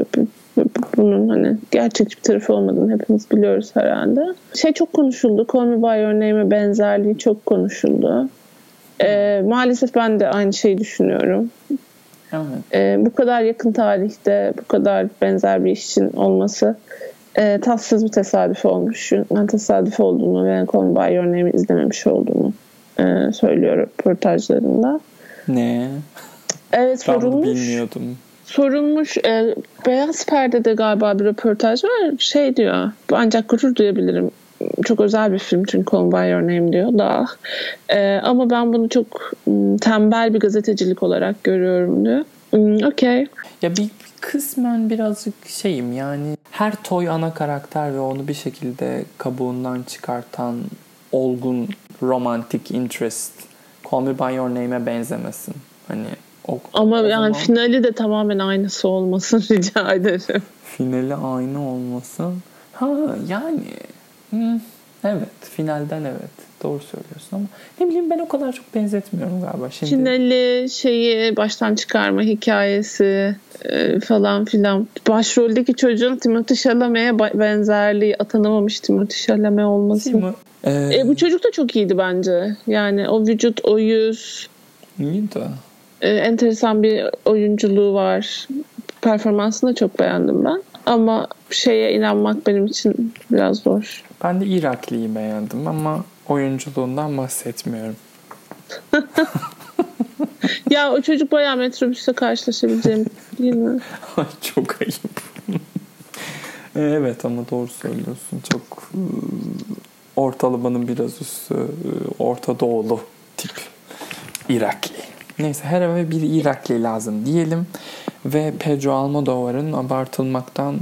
Bunun hani gerçekçi bir tarafı olmadığını hepimiz biliyoruz herhalde. Şey çok konuşuldu. Call Me By Your Name'e benzerliği çok konuşuldu. Ee, maalesef ben de aynı şeyi düşünüyorum. Evet. Ee, bu kadar yakın tarihte bu kadar benzer bir iş için olması e, tatsız bir tesadüf olmuş. Ben tesadüf olduğunu ve Call Me By Your Name'i izlememiş olduğunu e, söylüyor röportajlarında. Ne? Evet, sorulmuş. Ben bilmiyordum. Sorulmuş. E, Beyaz Perde'de galiba bir röportaj var. Şey diyor. Ancak gurur duyabilirim. Çok özel bir film çünkü Call Me By Your Name diyor da. E, ama ben bunu çok m, tembel bir gazetecilik olarak görüyorum diyor. Hmm, Okey. Ya bir kısmen birazcık şeyim yani her toy ana karakter ve onu bir şekilde kabuğundan çıkartan olgun romantic interest Call Me By Your Name'e benzemesin. Hani o, ama o yani zaman finali de tamamen aynısı olmasın rica ederim. finali aynı olmasın. Ha yani hmm, evet finalden evet doğru söylüyorsun ama ne bileyim ben o kadar çok benzetmiyorum galiba. Şimdi... Finali şeyi baştan çıkarma hikayesi e, falan filan. Başroldeki çocuğun Timothée Chalamet'e benzerliği atanamamış Timothée Chalamet olması. Değil mi? Ee... E, bu çocuk da çok iyiydi bence. Yani o vücut, o yüz. İyiydi. E, enteresan bir oyunculuğu var. Performansını da çok beğendim ben. Ama şeye inanmak benim için biraz zor. Ben de Irakli'yi beğendim ama oyunculuğundan bahsetmiyorum. Ya o çocuk bayağı metrobüste karşılaşabileceğim değil mi? Ay çok ayıp. Evet ama doğru söylüyorsun. Çok ortalamanın biraz üstü Orta Doğulu tip Irakli. Neyse her eve bir Irakli lazım diyelim. Ve Pedro Almodovar'ın abartılmaktan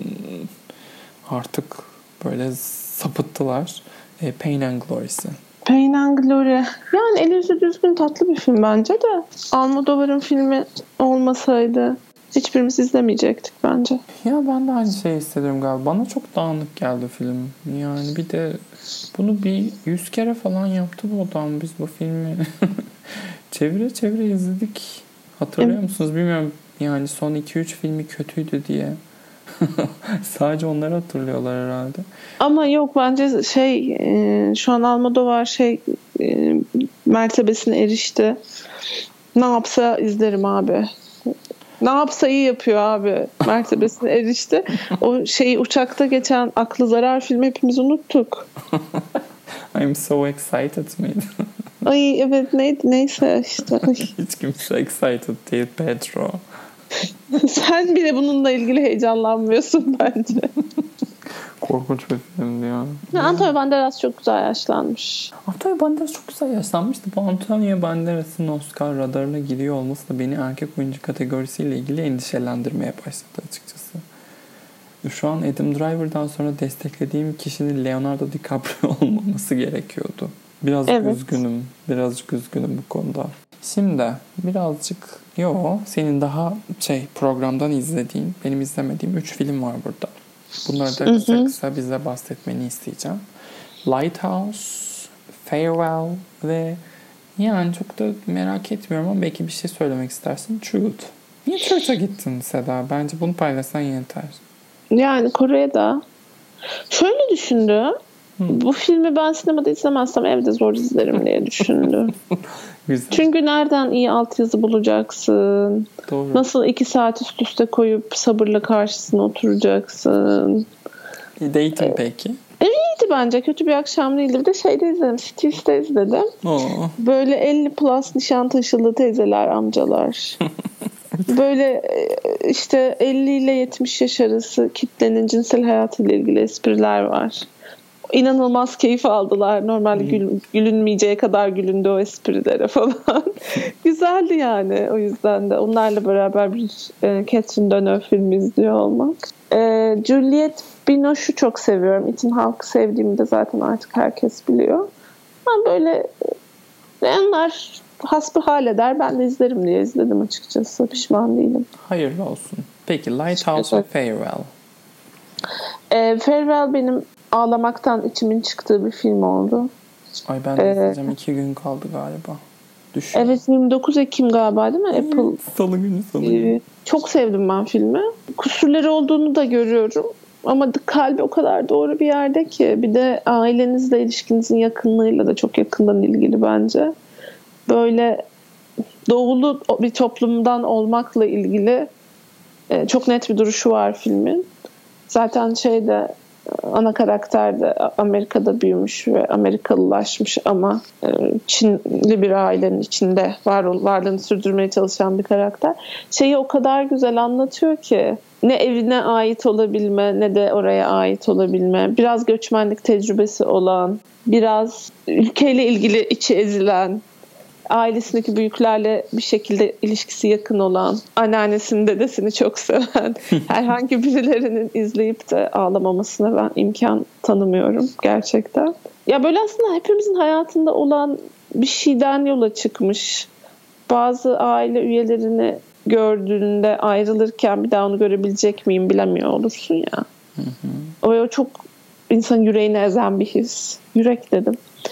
artık böyle sapıttılar. E, Pain and Glory'si. Pain and Glory. Yani el yüzü düzgün tatlı bir film bence de. Almodovar'ın filmi olmasaydı hiçbirimiz izlemeyecektik bence. Ya ben de aynı şeyi hissediyorum galiba. Bana çok dağınık geldi film. Yani bir de bunu bir yüz kere falan yaptı bu adam. Biz bu filmi çevire çevire izledik. Hatırlıyor evet. musunuz? Bilmiyorum. Yani son iki üç filmi kötüydü diye. Sadece onları hatırlıyorlar herhalde. Ama yok bence şey e, şu an Almodovar şey e, mertebesine erişti. Ne yapsa izlerim abi. Ne yapsa iyi yapıyor abi. Mertebesine erişti. O şeyi uçakta geçen Aklı Zarar filmi hepimiz unuttuk. I'm so excited miydi? Ay evet neydi neyse işte. Hiç kimse excited değil Pedro. Sen bile bununla ilgili heyecanlanmıyorsun bence. Korkunç bir filmdi ya. ya Antonio Banderas çok güzel yaşlanmış. Antonio Banderas çok güzel yaşlanmıştı. Bu Antonio Banderas'ın Oscar radarına giriyor olması da beni erkek oyuncu kategorisiyle ilgili endişelendirmeye başladı açıkçası. Şu an Adam Driver'dan sonra desteklediğim kişinin Leonardo DiCaprio olmaması gerekiyordu. Birazcık evet. üzgünüm. Birazcık üzgünüm bu konuda. Şimdi birazcık yo senin daha şey programdan izlediğin, benim izlemediğim üç film var burada. Bunları da kısa kısa bize bahsetmeni isteyeceğim. Lighthouse, Farewell ve yani çok da merak etmiyorum ama belki bir şey söylemek istersin. Truth. Niye Truth'a gittin Seda? Bence bunu paylaşsan yeter. Yani Kore'de şöyle düşündüm. Hmm. Bu filmi ben sinemada izlemezsem evde zor izlerim diye düşündüm. Güzel. Çünkü nereden iyi altyazı bulacaksın? Doğru. Nasıl iki saat üst üste koyup sabırla karşısına oturacaksın? Date'in ee, peki? Evet İyiydi bence. Kötü bir akşam değildi. Bir de şeyde izledim. Stitch'te izledim. Oo. Böyle elli plus Nişantaşılı teyzeler, amcalar. Böyle işte elli ile yetmiş yaş arası kitlenin cinsel hayatıyla ilgili espriler var. İnanılmaz keyif aldılar. Normalde gül, gülünmeyeceği kadar gülündü o esprilere falan. Güzeldi yani o yüzden de. Onlarla beraber bir e, Catherine Deneuve filmi izliyor olmak. E, Juliette Binoche'u çok seviyorum. Ethan Hawke'ı sevdiğimi de zaten artık herkes biliyor. Ben böyle onlar hasbihal eder. Ben de izlerim diye izledim açıkçası. Pişman değilim. Hayırlı olsun. Peki Lighthouse ve Farewell? E, Farewell benim ağlamaktan içimin çıktığı bir film oldu. Ay ben de ee, izleyeceğim. İki gün kaldı galiba. Düşün. Evet yirmi dokuz Ekim galiba değil mi? Evet, Apple. Salı günü salı günü. Çok sevdim ben filmi. Kusurları olduğunu da görüyorum. Ama kalbi o kadar doğru bir yerde ki. Bir de ailenizle ilişkinizin yakınlığıyla da çok yakından ilgili bence. Böyle doğulu bir toplumdan olmakla ilgili çok net bir duruşu var filmin. Zaten şeyde ana karakter de Amerika'da büyümüş ve Amerikalılaşmış ama Çinli bir ailenin içinde var, varlığını sürdürmeye çalışan bir karakter. Şeyi o kadar güzel anlatıyor ki ne evine ait olabilme ne de oraya ait olabilme. Biraz göçmenlik tecrübesi olan, biraz ülkeyle ilgili içi ezilen, ailesindeki büyüklerle bir şekilde ilişkisi yakın olan, anneannesini, dedesini çok seven, herhangi birilerinin izleyip de ağlamamasına ben imkan tanımıyorum gerçekten. Ya böyle aslında hepimizin hayatında olan bir şeyden yola çıkmış. Bazı aile üyelerini gördüğünde ayrılırken bir daha onu görebilecek miyim bilemiyor olursun ya. Hı hı. O, o çok insanın yüreğini ezen bir his. Yürek dedim.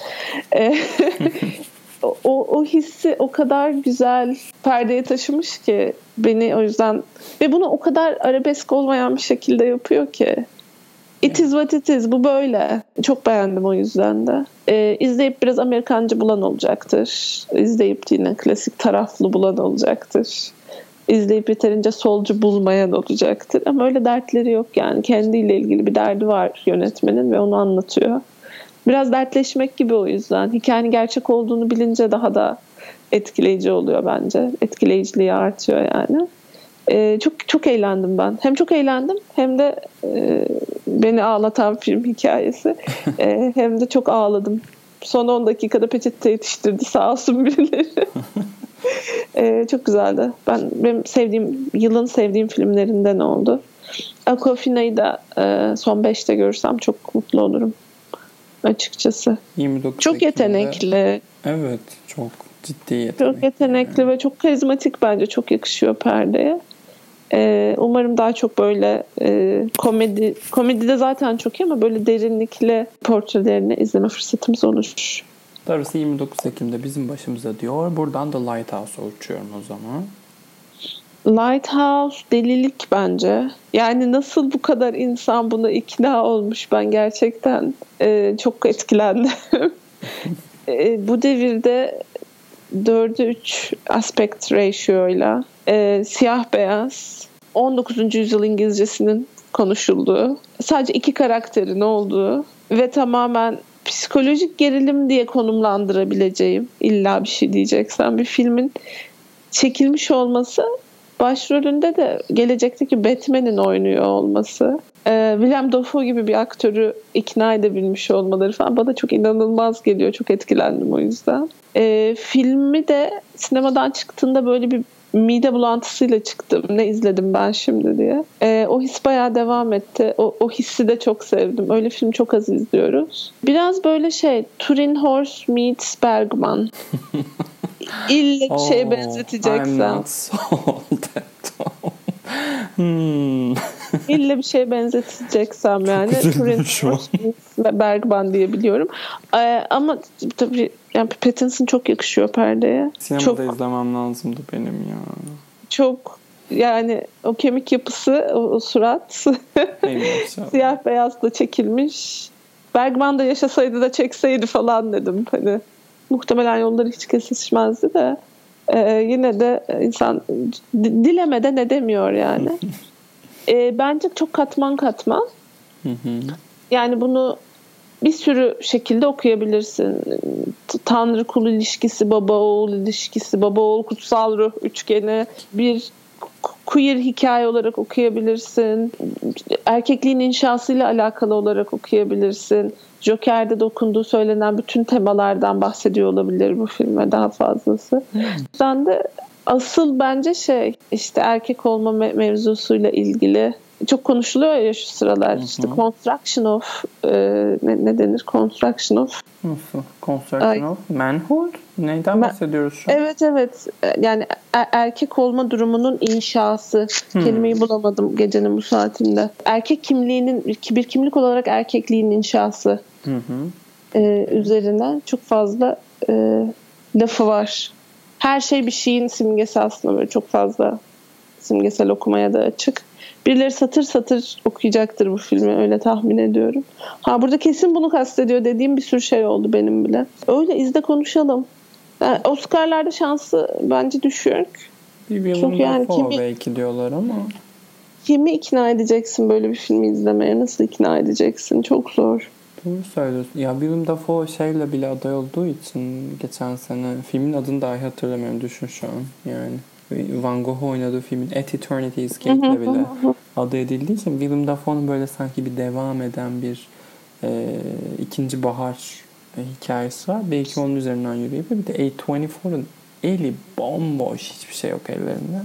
O, o hissi o kadar güzel perdeye taşımış ki beni o yüzden ve bunu o kadar arabesk olmayan bir şekilde yapıyor ki it is what it is, bu böyle. Çok beğendim o yüzden de. Ee, izleyip biraz Amerikancı bulan olacaktır. İzleyip yine klasik taraflı bulan olacaktır. İzleyip yeterince solcu bulmayan olacaktır. Ama öyle dertleri yok yani. Kendiyle ilgili bir derdi var yönetmenin ve onu anlatıyor. Biraz dertleşmek gibi o yüzden. Hikayenin gerçek olduğunu bilince daha da etkileyici oluyor bence. Etkileyiciliği artıyor yani. Ee, çok çok eğlendim ben. Hem çok eğlendim hem de e, beni ağlatan film hikayesi. E, hem de çok ağladım. Son on dakikada peçete yetiştirdi sağ olsun birileri. e, çok güzeldi. Ben benim sevdiğim, yılın sevdiğim filmlerinden oldu. Awkwafina'yı da e, son beşte görürsem çok mutlu olurum. Açıkçası. yirmi dokuz çok yetenekli. Evet, çok ciddi yetenekli. Çok yetenekli yani. Ve çok karizmatik bence. Çok yakışıyor perdeye. Ee, umarım daha çok böyle e, komedi, komedide zaten çok iyi ama böyle derinlikli portrelerini izleme fırsatımız olur. Darısı yirmi dokuz Ekim'de bizim başımıza diyor. Buradan da Lighthouse'a uçuyorum o zaman. Lighthouse delilik bence. Yani nasıl bu kadar insan buna ikna olmuş, ben gerçekten e, çok etkilendim. e, bu devirde dörde üç aspect ratio'yla e, siyah beyaz on dokuzuncu yüzyıl İngilizcesinin konuşulduğu, sadece iki karakterin olduğu ve tamamen psikolojik gerilim diye konumlandırabileceğim, illa bir şey diyeceksen, bir filmin çekilmiş olması, başrolünde de gelecekteki Batman'in oynuyor olması, e, Willem Dafoe gibi bir aktörü ikna edebilmiş olmaları falan bana çok inanılmaz geliyor. Çok etkilendim o yüzden. E, filmi de sinemadan çıktığında böyle bir mide bulantısıyla çıktım. Ne izledim ben şimdi diye. E, o his bayağı devam etti. O, o hissi de çok sevdim. Öyle film çok az izliyoruz. Biraz böyle şey, Turin Horse meets Bergman. İlle bir şeye benzeteceksen. I'm not sold at all. hmm. İlle bir şeye benzeteceksem yani Turin Horse Bergman diye biliyorum. Ee, ama tabii yani Pattinson çok yakışıyor perdeye. Sinemada çok, izlemem lazımdı benim ya. Çok yani o kemik yapısı, o, o surat siyah beyazla çekilmiş. Bergman da yaşasaydı da çekseydi falan dedim hani. Muhtemelen yolları hiç kesişmezdi de e, yine de insan dilemeden edemiyor yani. e, bence çok katman katman. Yani bunu bir sürü şekilde okuyabilirsin. Tanrı kul ilişkisi, baba oğul ilişkisi, baba oğul kutsal ruh üçgeni, bir queer hikaye olarak okuyabilirsin. Erkekliğin inşasıyla alakalı olarak okuyabilirsin. Joker'de dokunduğu söylenen bütün temalardan bahsediyor olabilir bu filme daha fazlası. Hmm. O yüzden de asıl bence şey işte erkek olma me- mevzusuyla ilgili çok konuşuluyor ya şu sıralar. Hı hı. İşte construction of e, ne, ne denir? Construction of Nasıl? Construction Ay. of manhood? Neyden bahsediyoruz şu an? Evet evet. Yani er- erkek olma durumunun inşası. Hmm. Kelimeyi bulamadım gecenin bu saatinde. Erkek kimliğinin bir kimlik olarak erkekliğin inşası hı hı. E, üzerine çok fazla e, lafı var. Her şey bir şeyin simgesi aslında, böyle çok fazla simgesel okumaya da açık. Birileri satır satır okuyacaktır bu filmi, öyle tahmin ediyorum. Ha burada kesin bunu kastediyor dediğim bir sürü şey oldu benim bile. Öyle izle konuşalım. Yani Oscar'larda şansı bence düşük. Bir Çünkü yani kimi, belki diyorlar ama. Kimi ikna edeceksin böyle bir filmi izlemeye? Nasıl ikna edeceksin? Çok zor. Doğru söylüyorsun. Ya Willem Dafoe şeyle bile aday olduğu için geçen sene filmin adını dahi hatırlamıyorum, düşün şu an. Yani Van Gogh oynadığı filmin At Eternity Escape'le bile aday edildiği için Willem Dafoe'nun böyle sanki bir devam eden bir e, ikinci bahar e, hikayesi var. Belki onun üzerinden yürüyebilir. Bir de A yirmi dördün eli bomboş, hiçbir şey yok ellerinde.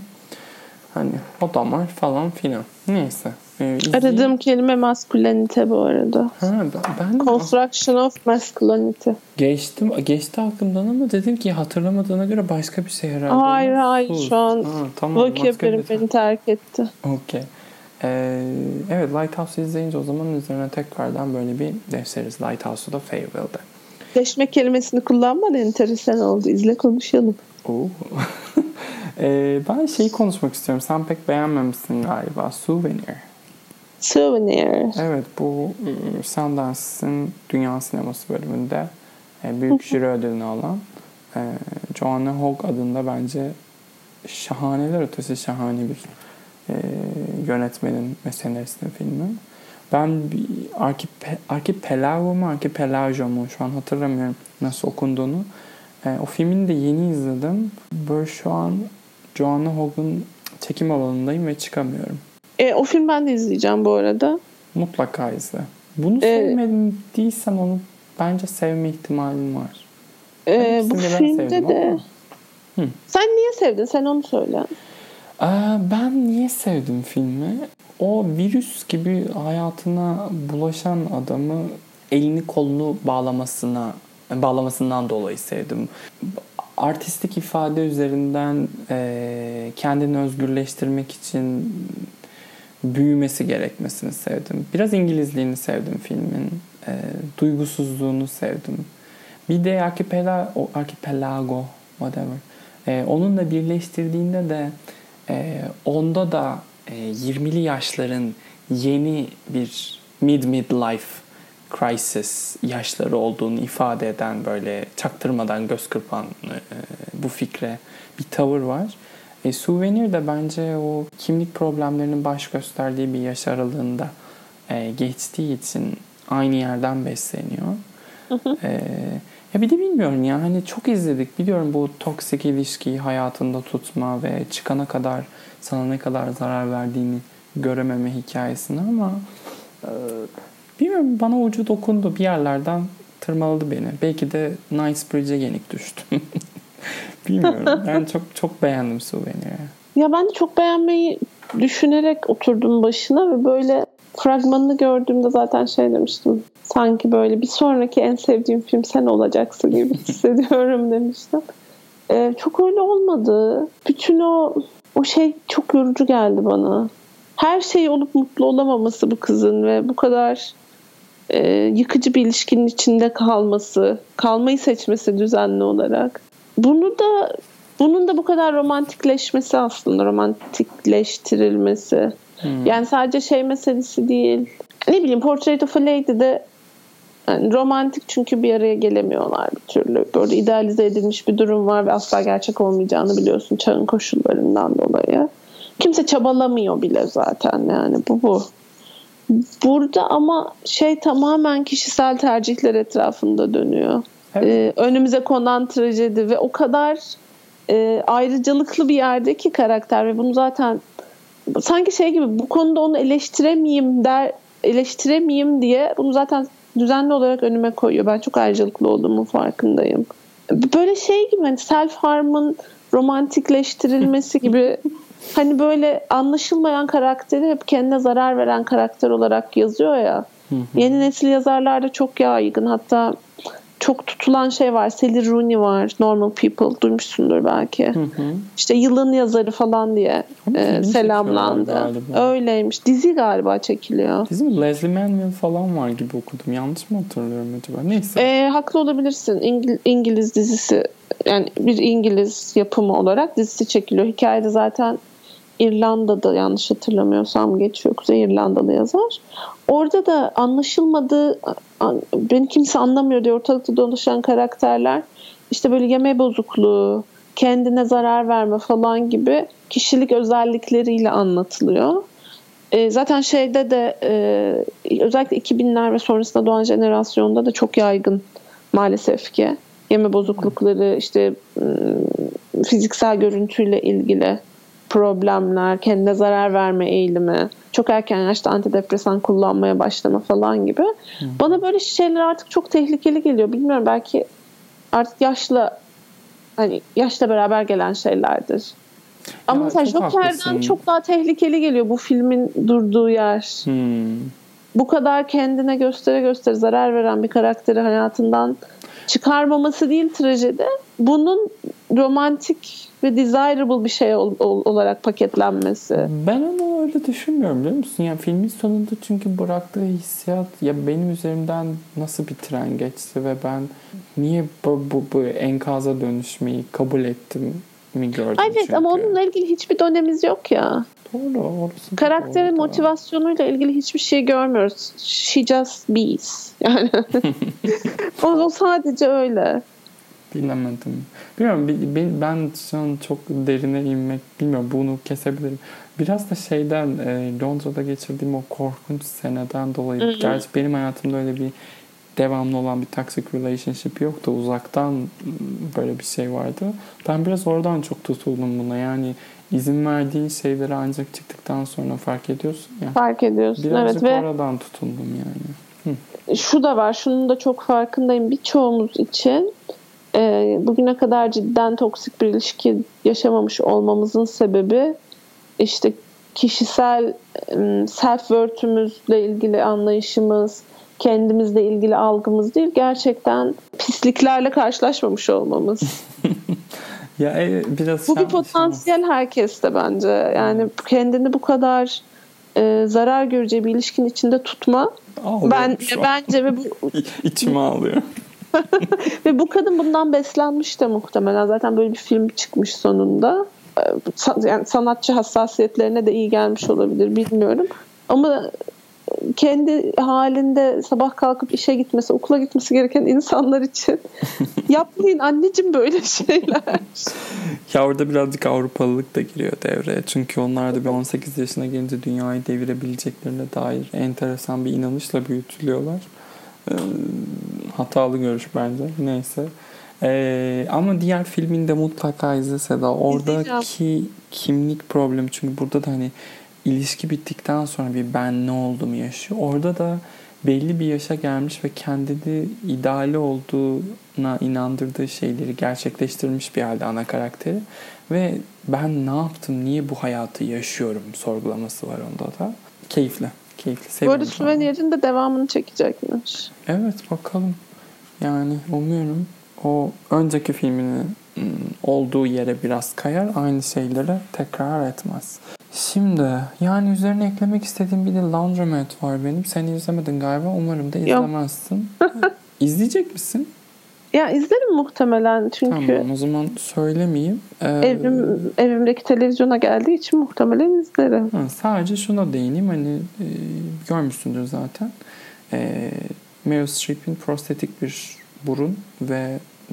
Hani o damar falan filan. Neyse. Ee, Aradığım kelime masculinity bu arada. Ha, ben, ben Construction de... of masculinity. Geçtim, geçti aklımdan ama dedim ki hatırlamadığına göre başka bir şey herhalde. Hayır hayır Sus. Şu an ha, tamam, vocabulary beni terk etti. Okey. Ee, evet, Lighthouse'u izleyince o zaman üzerine tekrardan böyle bir derseriz. Lighthouse'u da Farewell'de. Deşme kelimesini kullanman enteresan oldu. İzle konuşalım. Oo. ee, ben şeyi konuşmak istiyorum. Sen pek beğenmemişsin galiba. Souvenir. Souvenir. Evet, bu Sundance'ın Dünya Sineması bölümünde büyük jüri ödülünü alan Joanna Hogg adında bence şahaneler ötesi şahane bir yönetmenin ve senaristin filmi. Ben Arkipe, Archipelago mu Archipelago mu şu an hatırlamıyorum nasıl okunduğunu. O filmini de yeni izledim. Böyle şu an Joanna Hogg'un çekim alanındayım ve çıkamıyorum. E, o film ben de izleyeceğim bu arada. Mutlaka izle. Bunu ee, sevmedim değilsen onu bence sevme ihtimalin var. E, bu filmde de Hı. Sen niye sevdin? Sen onu söyle. Aa, ben niye sevdim filmi? O virüs gibi hayatına bulaşan adamı elini kolunu bağlamasına bağlamasından dolayı sevdim. Artistik ifade üzerinden e, kendini özgürleştirmek için büyümesi gerekmesini sevdim. Biraz İngilizliğini sevdim filmin. E, duygusuzluğunu sevdim. Bir de Archipelago, Archipelago whatever. E, onunla birleştirdiğinde de e, onda da e, yirmili yaşların yeni bir mid midlife crisis yaşları olduğunu ifade eden, böyle çaktırmadan göz kırpan e, bu fikre bir tavır var. E, Souvenir de bence o kimlik problemlerinin baş gösterdiği bir yaş aralığında e, geçtiği için aynı yerden besleniyor. Hı hı. E, ya bir de bilmiyorum ya, hani çok izledik, biliyorum bu toksik ilişkiyi hayatında tutma ve çıkana kadar sana ne kadar zarar verdiğini görememe hikayesini, ama e, bilmiyorum, bana ucu dokundu, bir yerlerden tırmaladı beni. Belki de Knightsbridge'e yenik düştüm. Bilmiyorum. Ben çok çok beğendim Souvenir'i. Ya ben de çok beğenmeyi düşünerek oturdum başına ve böyle fragmanını gördüğümde zaten şey demiştim. Sanki böyle bir sonraki en sevdiğim film sen olacaksın gibi hissediyorum demiştim. Ee, çok öyle olmadı. Bütün o o şey çok yorucu geldi bana. Her şey olup mutlu olamaması bu kızın ve bu kadar e, yıkıcı bir ilişkinin içinde kalması, kalmayı seçmesi düzenli olarak. Bunu da bunun da bu kadar romantikleşmesi, aslında romantikleştirilmesi. Hmm. Yani sadece şey meselesi değil. Ne bileyim, Portrait of a Lady'de yani romantik çünkü bir araya gelemiyorlar bir türlü. Böyle idealize edilmiş bir durum var ve asla gerçek olmayacağını biliyorsun çağın koşullarından dolayı. Kimse çabalamıyor bile zaten, yani bu bu. Burada ama şey tamamen kişisel tercihler etrafında dönüyor. Evet. Ee, önümüze konan trajedi ve o kadar e, ayrıcalıklı bir yerdeki karakter ve bunu zaten sanki şey gibi bu konuda onu eleştiremeyeyim der eleştiremeyeyim diye bunu zaten düzenli olarak önüme koyuyor. Ben çok ayrıcalıklı olduğumun farkındayım. Böyle şey gibi hani self harm'ın romantikleştirilmesi gibi hani böyle anlaşılmayan karakteri hep kendine zarar veren karakter olarak yazıyor ya. Yeni nesil yazarlarda çok yaygın. Hatta çok tutulan şey var. Sally Rooney var. Normal People. Duymuşsundur belki. Hı hı. İşte yılın yazarı falan diye e, selamlandı. Öyleymiş. Dizi galiba çekiliyor. Dizi mi? Leslie Manville falan var gibi okudum. Yanlış mı hatırlıyorum acaba? Neyse. E, haklı olabilirsin. İngil- İngiliz dizisi yani bir İngiliz yapımı olarak dizisi çekiliyor. Hikayede zaten İrlanda'da yanlış hatırlamıyorsam geçiyor. Kuzey İrlandalı yazar. Orada da anlaşılmadığı beni kimse anlamıyor diye ortalıkta dolaşan karakterler işte böyle yeme bozukluğu, kendine zarar verme falan gibi kişilik özellikleriyle anlatılıyor. E, zaten şeyde de e, özellikle iki binler ve sonrasında doğan jenerasyonda da çok yaygın maalesef ki yeme bozuklukları işte fiziksel görüntüyle ilgili problemler, kendine zarar verme eğilimi, çok erken yaşta antidepresan kullanmaya başlama falan gibi. Hı. Bana böyle şeyler artık çok tehlikeli geliyor. Bilmiyorum belki artık yaşla hani yaşla beraber gelen şeylerdir. Ama ya, mesela Joker'den haklısın. Çok daha tehlikeli geliyor bu filmin durduğu yer. Hmm. Bu kadar kendine göstere göstere zarar veren bir karakteri hayatından çıkarmaması değil trajedi. Bunun romantik ve desirable bir şey ol, ol, olarak paketlenmesi. Ben onu öyle düşünmüyorum biliyor musun? Yani filmin sonunda çünkü bıraktığı hissiyat ya benim üzerimden nasıl bir tren geçti ve ben niye bu, bu, bu enkaza dönüşmeyi kabul ettim mi gördüm evet, çünkü. Ama onunla ilgili hiçbir dönemimiz yok ya. Doğru. Orası karakterin doğru. motivasyonuyla ilgili hiçbir şey görmüyoruz. She just bees. Yani o, o sadece öyle. Bilemedim. Bilmiyorum ben, ben şu an çok derine inmek bilmiyorum bunu kesebilirim. Biraz da şeyden e, Londra'da geçirdiğim o korkunç seneden dolayı. Hı-hı. Gerçi benim hayatımda öyle bir devamlı olan bir toxic relationship yoktu. Uzaktan böyle bir şey vardı. Ben biraz oradan çok tutuldum buna. Yani izin verdiğin şeyleri ancak çıktıktan sonra fark ediyorsun ya. Fark ediyorsun. Birazcık evet, oradan tutundum yani. Hı. Şu da var. Şunun da çok farkındayım. Birçoğumuz için e, bugüne kadar cidden toksik bir ilişki yaşamamış olmamızın sebebi işte kişisel self-worth'ümüzle ilgili anlayışımız, kendimizle ilgili algımız değil, gerçekten pisliklerle karşılaşmamış olmamız. ya e, biraz bu bir potansiyel herkeste bence. Yani hmm. kendini bu kadar e, zarar göreceği bir ilişkinin içinde tutma. Ağlıyorum ben bence ve bu içime ağlıyor. Ve bu kadın bundan beslenmiş de muhtemelen. Zaten böyle bir film çıkmış sonunda. Yani sanatçı hassasiyetlerine de iyi gelmiş olabilir, bilmiyorum. Ama kendi halinde sabah kalkıp işe gitmesi, okula gitmesi gereken insanlar için yapmayın anneciğim böyle şeyler. Ya orada birazcık Avrupalılık da giriyor devreye. Çünkü onlar da bir on sekiz yaşına gelince dünyayı devirebileceklerine dair enteresan bir inanışla büyütülüyorlar. Ee, hatalı görüş bence. Neyse. Ee, ama diğer filminde mutlaka izle Seda. Oradaki kimlik problemi, çünkü burada da hani ilişki bittikten sonra bir ben ne oldum yaşıyor. Orada da belli bir yaşa gelmiş ve kendini ideali olduğuna inandırdığı şeyleri gerçekleştirmiş bir halde ana karakteri. Ve ben ne yaptım, niye bu hayatı yaşıyorum sorgulaması var onda da. Keyifli. Keyifli. Bu arada Souvenir'in de devamını çekecekmiş. Evet, bakalım. Yani umuyorum o önceki filminin olduğu yere biraz kayar, aynı şeylere tekrar etmez. Şimdi yani üzerine eklemek istediğim bir de Laundromat var benim. Sen izlemedin galiba. Umarım da izlemezsin. İzleyecek misin? Ya izlerim muhtemelen çünkü. Tamam, o zaman söylemeyeyim. Ee, Evim, evimdeki televizyona geldiği için muhtemelen izlerim. Ha, sadece şuna değineyim. Hani e, görmüşsündür zaten. E, Meryl Streep'in prostetik bir burun ve hmm,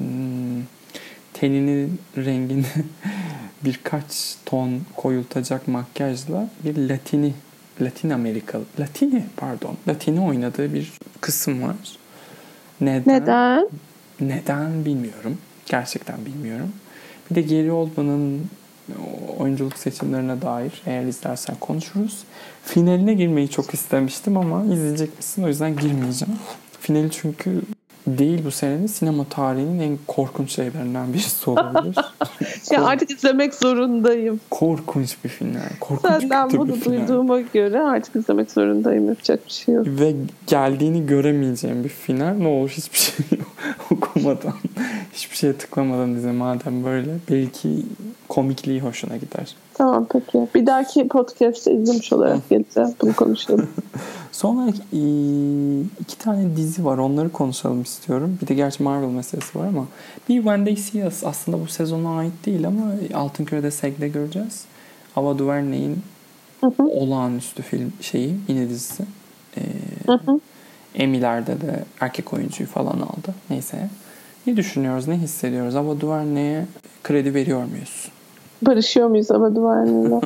teninin rengini birkaç ton koyultacak makyajla bir latini Latin Amerikalı, Latini pardon, Latini oynadığı bir kısım var. Neden? Neden? Neden bilmiyorum. Gerçekten bilmiyorum. Bir de Gary Oldman'ın oyunculuk seçimlerine dair eğer izlersen konuşuruz. Finaline girmeyi çok istemiştim ama izleyecek misin? O yüzden girmeyeceğim. Finali çünkü değil bu senenin sinema tarihinin en korkunç şeylerinden birisi olabilir. Ya artık izlemek zorundayım. Korkunç bir final. Korkunç Senden kötü bunu bir final. duyduğuma göre artık izlemek zorundayım. Yapacak bir şey yok. Ve geldiğini göremeyeceğim bir final. Ne olur hiçbir şey okumadan, hiçbir şeye tıklamadan izle madem böyle. Belki komikliği hoşuna gider. Tamam peki. Bir dahaki podcast'te izlemiş olarak geleceğim. Bunu konuşalım. Sonra iki tane dizi var. Onları konuşalım istiyorum. Bir de gerçi Marvel meselesi var ama bir When They See Us aslında bu sezona ait değil ama Altınküre'de Seg'de göreceğiz. Ava DuVernay'in olağanüstü film şeyi yine dizisi. Ee, Emmy'lerde de erkek oyuncuyu falan aldı. Neyse. Ne düşünüyoruz? Ne hissediyoruz? Ava DuVernay'e kredi veriyor muyuz? Barışıyor muyuz Ava DuVernay'le?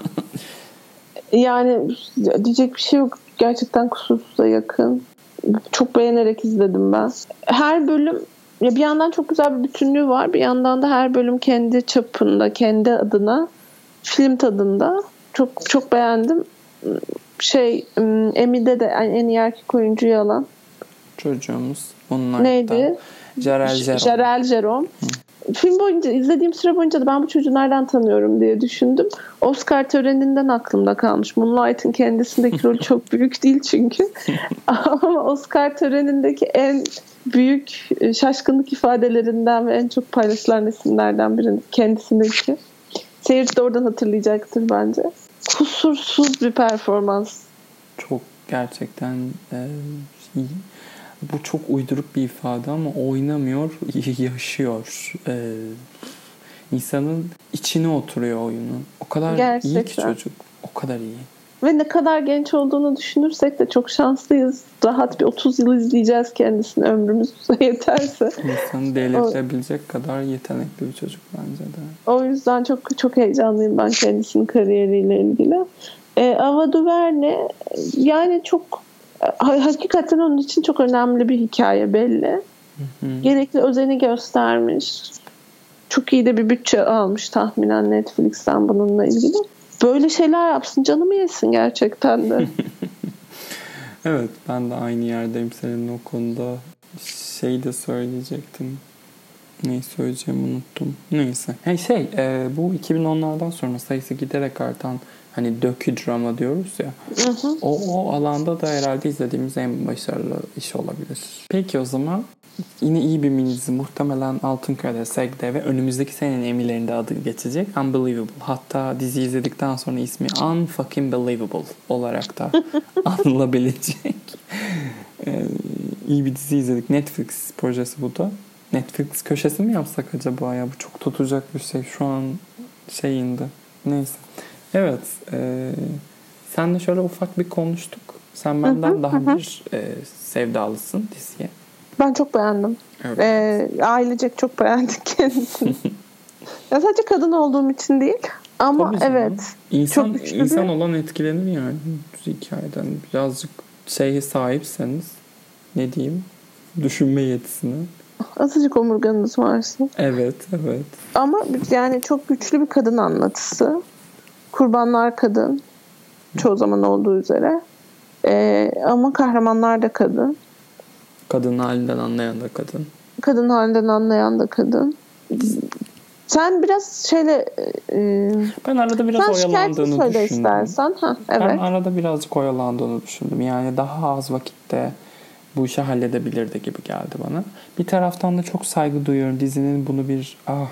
Yani diyecek bir şey yok. Gerçekten kusursuza yakın. Çok beğenerek izledim ben. Her bölüm ya bir yandan çok güzel bir bütünlüğü var. Bir yandan da her bölüm kendi çapında, kendi adına film tadında. Çok çok beğendim. Şey Emmy'de de en iyi erkek oyuncuyu alan çocuğumuz. Onlar neydi? Jarrell Jerome. Jarrell Jerome. Film boyunca, izlediğim süre boyunca da ben bu çocuğu nereden tanıyorum diye düşündüm. Oscar töreninden aklımda kalmış. Moonlight'ın kendisindeki rolü çok büyük değil çünkü. Ama Oscar törenindeki en büyük şaşkınlık ifadelerinden ve en çok paylaşılan resimlerden biri kendisindeki. Seyirci de oradan hatırlayacaktır bence. Kusursuz bir performans. Çok gerçekten e, iyi. Bu çok uyduruk bir ifade ama oynamıyor, yaşıyor. Ee, insanın içine oturuyor oyunu. O kadar gerçekten iyi ki çocuk. O kadar iyi. Ve ne kadar genç olduğunu düşünürsek de çok şanslıyız. Rahat bir otuz yıl izleyeceğiz kendisini ömrümüz yeterse. İnsanı delirtebilecek kadar yetenekli bir çocuk bence de. O yüzden çok çok heyecanlıyım ben kendisinin kariyeriyle ilgili. Ee, Ava DuVernay yani çok hakikaten onun için çok önemli bir hikaye belli. Hı hı. Gerekli özeni göstermiş. Çok iyi de bir bütçe almış tahminen Netflix'ten bununla ilgili. Böyle şeyler yapsın canımı yesin gerçekten de. Evet ben de aynı yerdeyim seninle o konuda. Şey de söyleyecektim. Neyi söyleyeceğimi unuttum. Neyse. Hey şey e, bu iki bin onlardan sonra sayısı giderek artan hani docu-drama diyoruz ya. Hı hı. O, o alanda da herhalde izlediğimiz en başarılı iş olabilir. Peki o zaman yine iyi bir minidizi. Muhtemelen Altınköy'de, Seg'de ve önümüzdeki senenin Emmy'lerinde adı geçecek. Unbelievable. Hatta dizi izledikten sonra ismi Unfucking Believable olarak da anılabilecek. ee, iyi bir dizi izledik. Netflix projesi bu da. Netflix köşesi mi yapsak acaba ya? Bu çok tutacak bir şey. Şu an şeyinde. Neyse. Evet. E, senle şöyle ufak bir konuştuk. Sen benden hı hı, daha hı. bir e, sevdalısın diziye. Ben çok beğendim. Evet. E, ailecek çok beğendik kendisini. Ya sadece kadın olduğum için değil. Ama evet. İnsan, çok insan bir... olan etkilenir yani. Hikayeden birazcık şeye sahipseniz ne diyeyim? Düşünme yetisine. Azıcık omurganız varsa. Evet, evet. Ama yani çok güçlü bir kadın anlatısı. Kurbanlar kadın. Çoğu zaman olduğu üzere. Ee, ama kahramanlar da kadın. Kadın halinden anlayan da kadın. Kadın halinden anlayan da kadın. Sen biraz şeyle... E, ben arada biraz oyalandığını düşündüm. Istersen. Ha, evet. Ben arada birazcık oyalandığını düşündüm. Yani daha az vakitte bu işi halledebilirdi gibi geldi bana. Bir taraftan da çok saygı duyuyorum dizinin bunu bir ah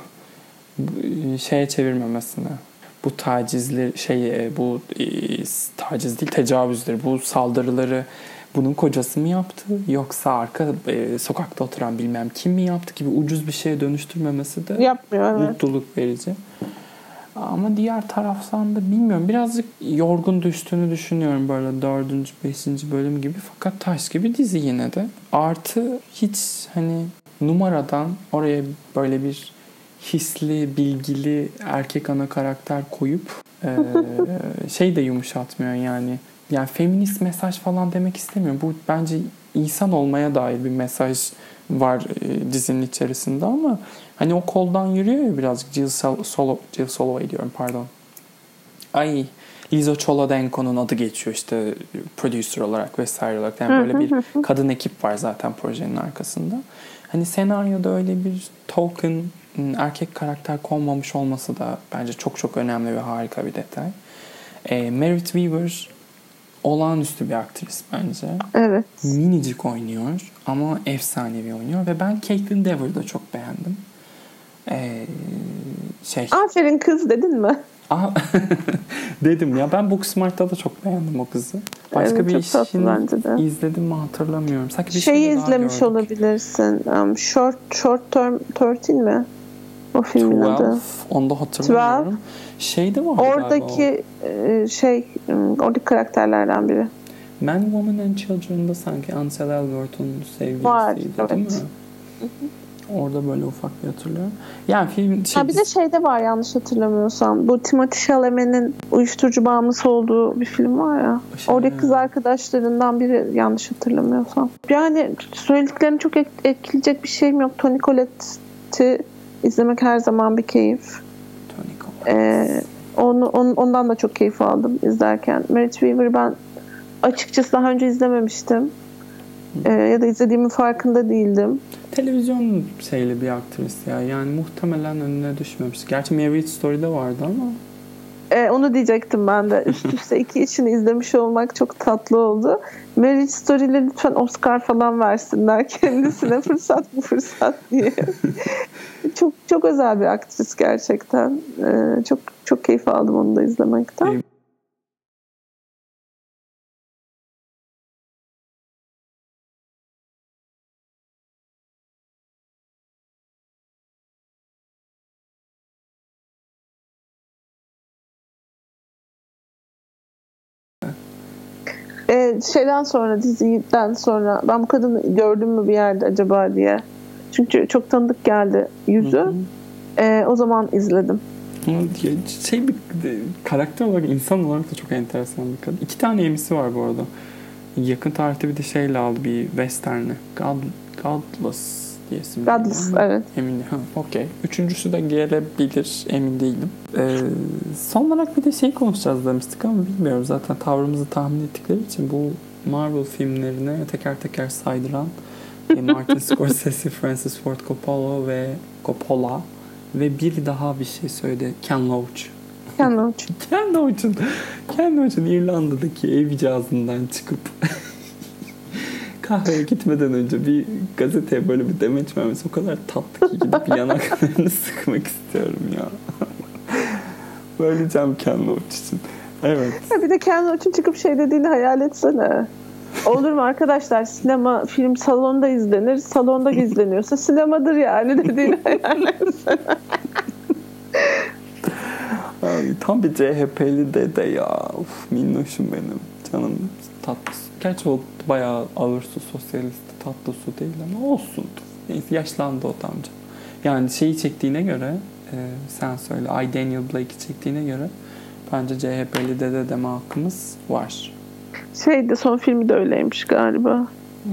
şeye çevirmemesine. Bu tacizli şey bu e, taciz değil tecavüzdür. Bu saldırıları bunun kocası mı yaptı yoksa arka e, sokakta oturan bilmem kim mi yaptı gibi ucuz bir şeye dönüştürmemesi de yapmıyor, evet. Mutluluk verici. Ama diğer taraftan da bilmiyorum birazcık yorgun düştüğünü düşünüyorum böyle dördüncü, beşinci bölüm gibi fakat taş gibi dizi yine de. Artı hiç hani numaradan oraya böyle bir hisli, bilgili erkek ana karakter koyup e, şey de yumuşatmıyor yani yani feminist mesaj falan demek istemiyorum. Bu bence insan olmaya dair bir mesaj var e, dizinin içerisinde ama hani o koldan yürüyor ya birazcık Jill Solo, Jill Soloway diyorum pardon. Ay Lizo Cholodenko'nun adı geçiyor işte producer olarak vesaire olarak. Yani böyle bir kadın ekip var zaten projenin arkasında. Hani senaryoda öyle bir token erkek karakter konmamış olması da bence çok çok önemli ve harika bir detay. E, Merit Weaver olağanüstü bir aktris bence. Evet. Minicik oynuyor ama efsanevi oynuyor ve ben Caitlin Dever'ı da çok beğendim. Ee, şey. Aferin kız dedin mi? Dedim ya, ben Booksmart'ta da çok beğendim o kızı. Başka evet, bir işini izledim mi hatırlamıyorum. Sanki bir şeyi izlemiş olabilirsin. Um, short Short Term on üç mi? O filmin adı. Onu da hatırlamıyorum. Şey de var oradaki e, şey oradaki karakterlerden biri. Man, Woman and Children'da sanki Ansel Elgort'un sevgilisiydi var, değil evet. mi? Hı hı. Orada böyle ufak bir hatırlıyorum. Yani film şey... Ha, bir de şeyde var yanlış hatırlamıyorsam. Bu Timothée Chalamet'in uyuşturucu bağımlısı olduğu bir film var ya. Şey, oradaki kız arkadaşlarından biri yanlış hatırlamıyorsam. Yani söylediklerini çok etkileyecek bir şeyim yok. Toni Collette'i izlemek her zaman bir keyif. Toni Collette. Ee, onu, on, ondan da çok keyif aldım izlerken. Merit Weaver'ı ben açıkçası daha önce izlememiştim. Ee, ya da izlediğimin farkında değildim. Televizyon şeyli bir aktris ya. Yani muhtemelen önüne düşmemiş. Gerçi Marriage Story'de vardı ama. Ee, onu diyecektim ben de. Üst üste iki işini izlemiş olmak çok tatlı oldu. Marriage Story'le lütfen Oscar falan versinler kendisine. Fırsat bu fırsat diye. çok çok özel bir aktris gerçekten. Ee, çok çok keyif aldım onu da izlemekten. Ee, şeyden sonra, diziden sonra ben bu kadını gördüm mü bir yerde acaba diye. Çünkü çok tanıdık geldi yüzü. Ee, o zaman izledim. Şey bir karakter olarak, insan olarak da çok enteresan bir kadın. İki tane Emmy'si var bu arada. Yakın tarihte bir de şeyle aldı bir western'i. God, Godless diye isim. Godless, evet. Emin ha, okey. Üçüncüsü de gelebilir, emin değilim. Ee, son olarak bir de şey konuşacağız demiştik ama bilmiyorum, zaten tavrımızı tahmin ettikleri için bu Marvel filmlerine teker teker saydıran Martin Scorsese, Francis Ford Coppola ve Coppola ve bir daha bir şey söyledi. Ken Loach. Ken Loach. Ken Loach'un Ken Loach'un İrlanda'daki ev icazından çıkıp kahveye gitmeden önce bir gazeteye böyle bir demeç vermesi o kadar tatlı ki gidip yanaklarını sıkmak istiyorum ya. Böyleyeceğim Ken Loach için. Evet. Ya bir de Ken Loach'un çıkıp şey dediğini hayal etsene. Olur mu arkadaşlar, sinema film salonda izlenir, salonda izleniyorsa sinemadır yani dediğini hayal etsene. Ay, tam bir C H P'li dede ya. Uf, minnoşum benim. Canım tatlısı. Gerçi o bayağı ağır su, sosyalist, tatlı su değil ama olsun. Neyse, yaşlandı o da amca. Yani şeyi çektiğine göre, e, sen söyle, I Daniel Blake'i çektiğine göre bence C H P'li dede deme hakkımız var. Şeydi, son filmi de öyleymiş galiba.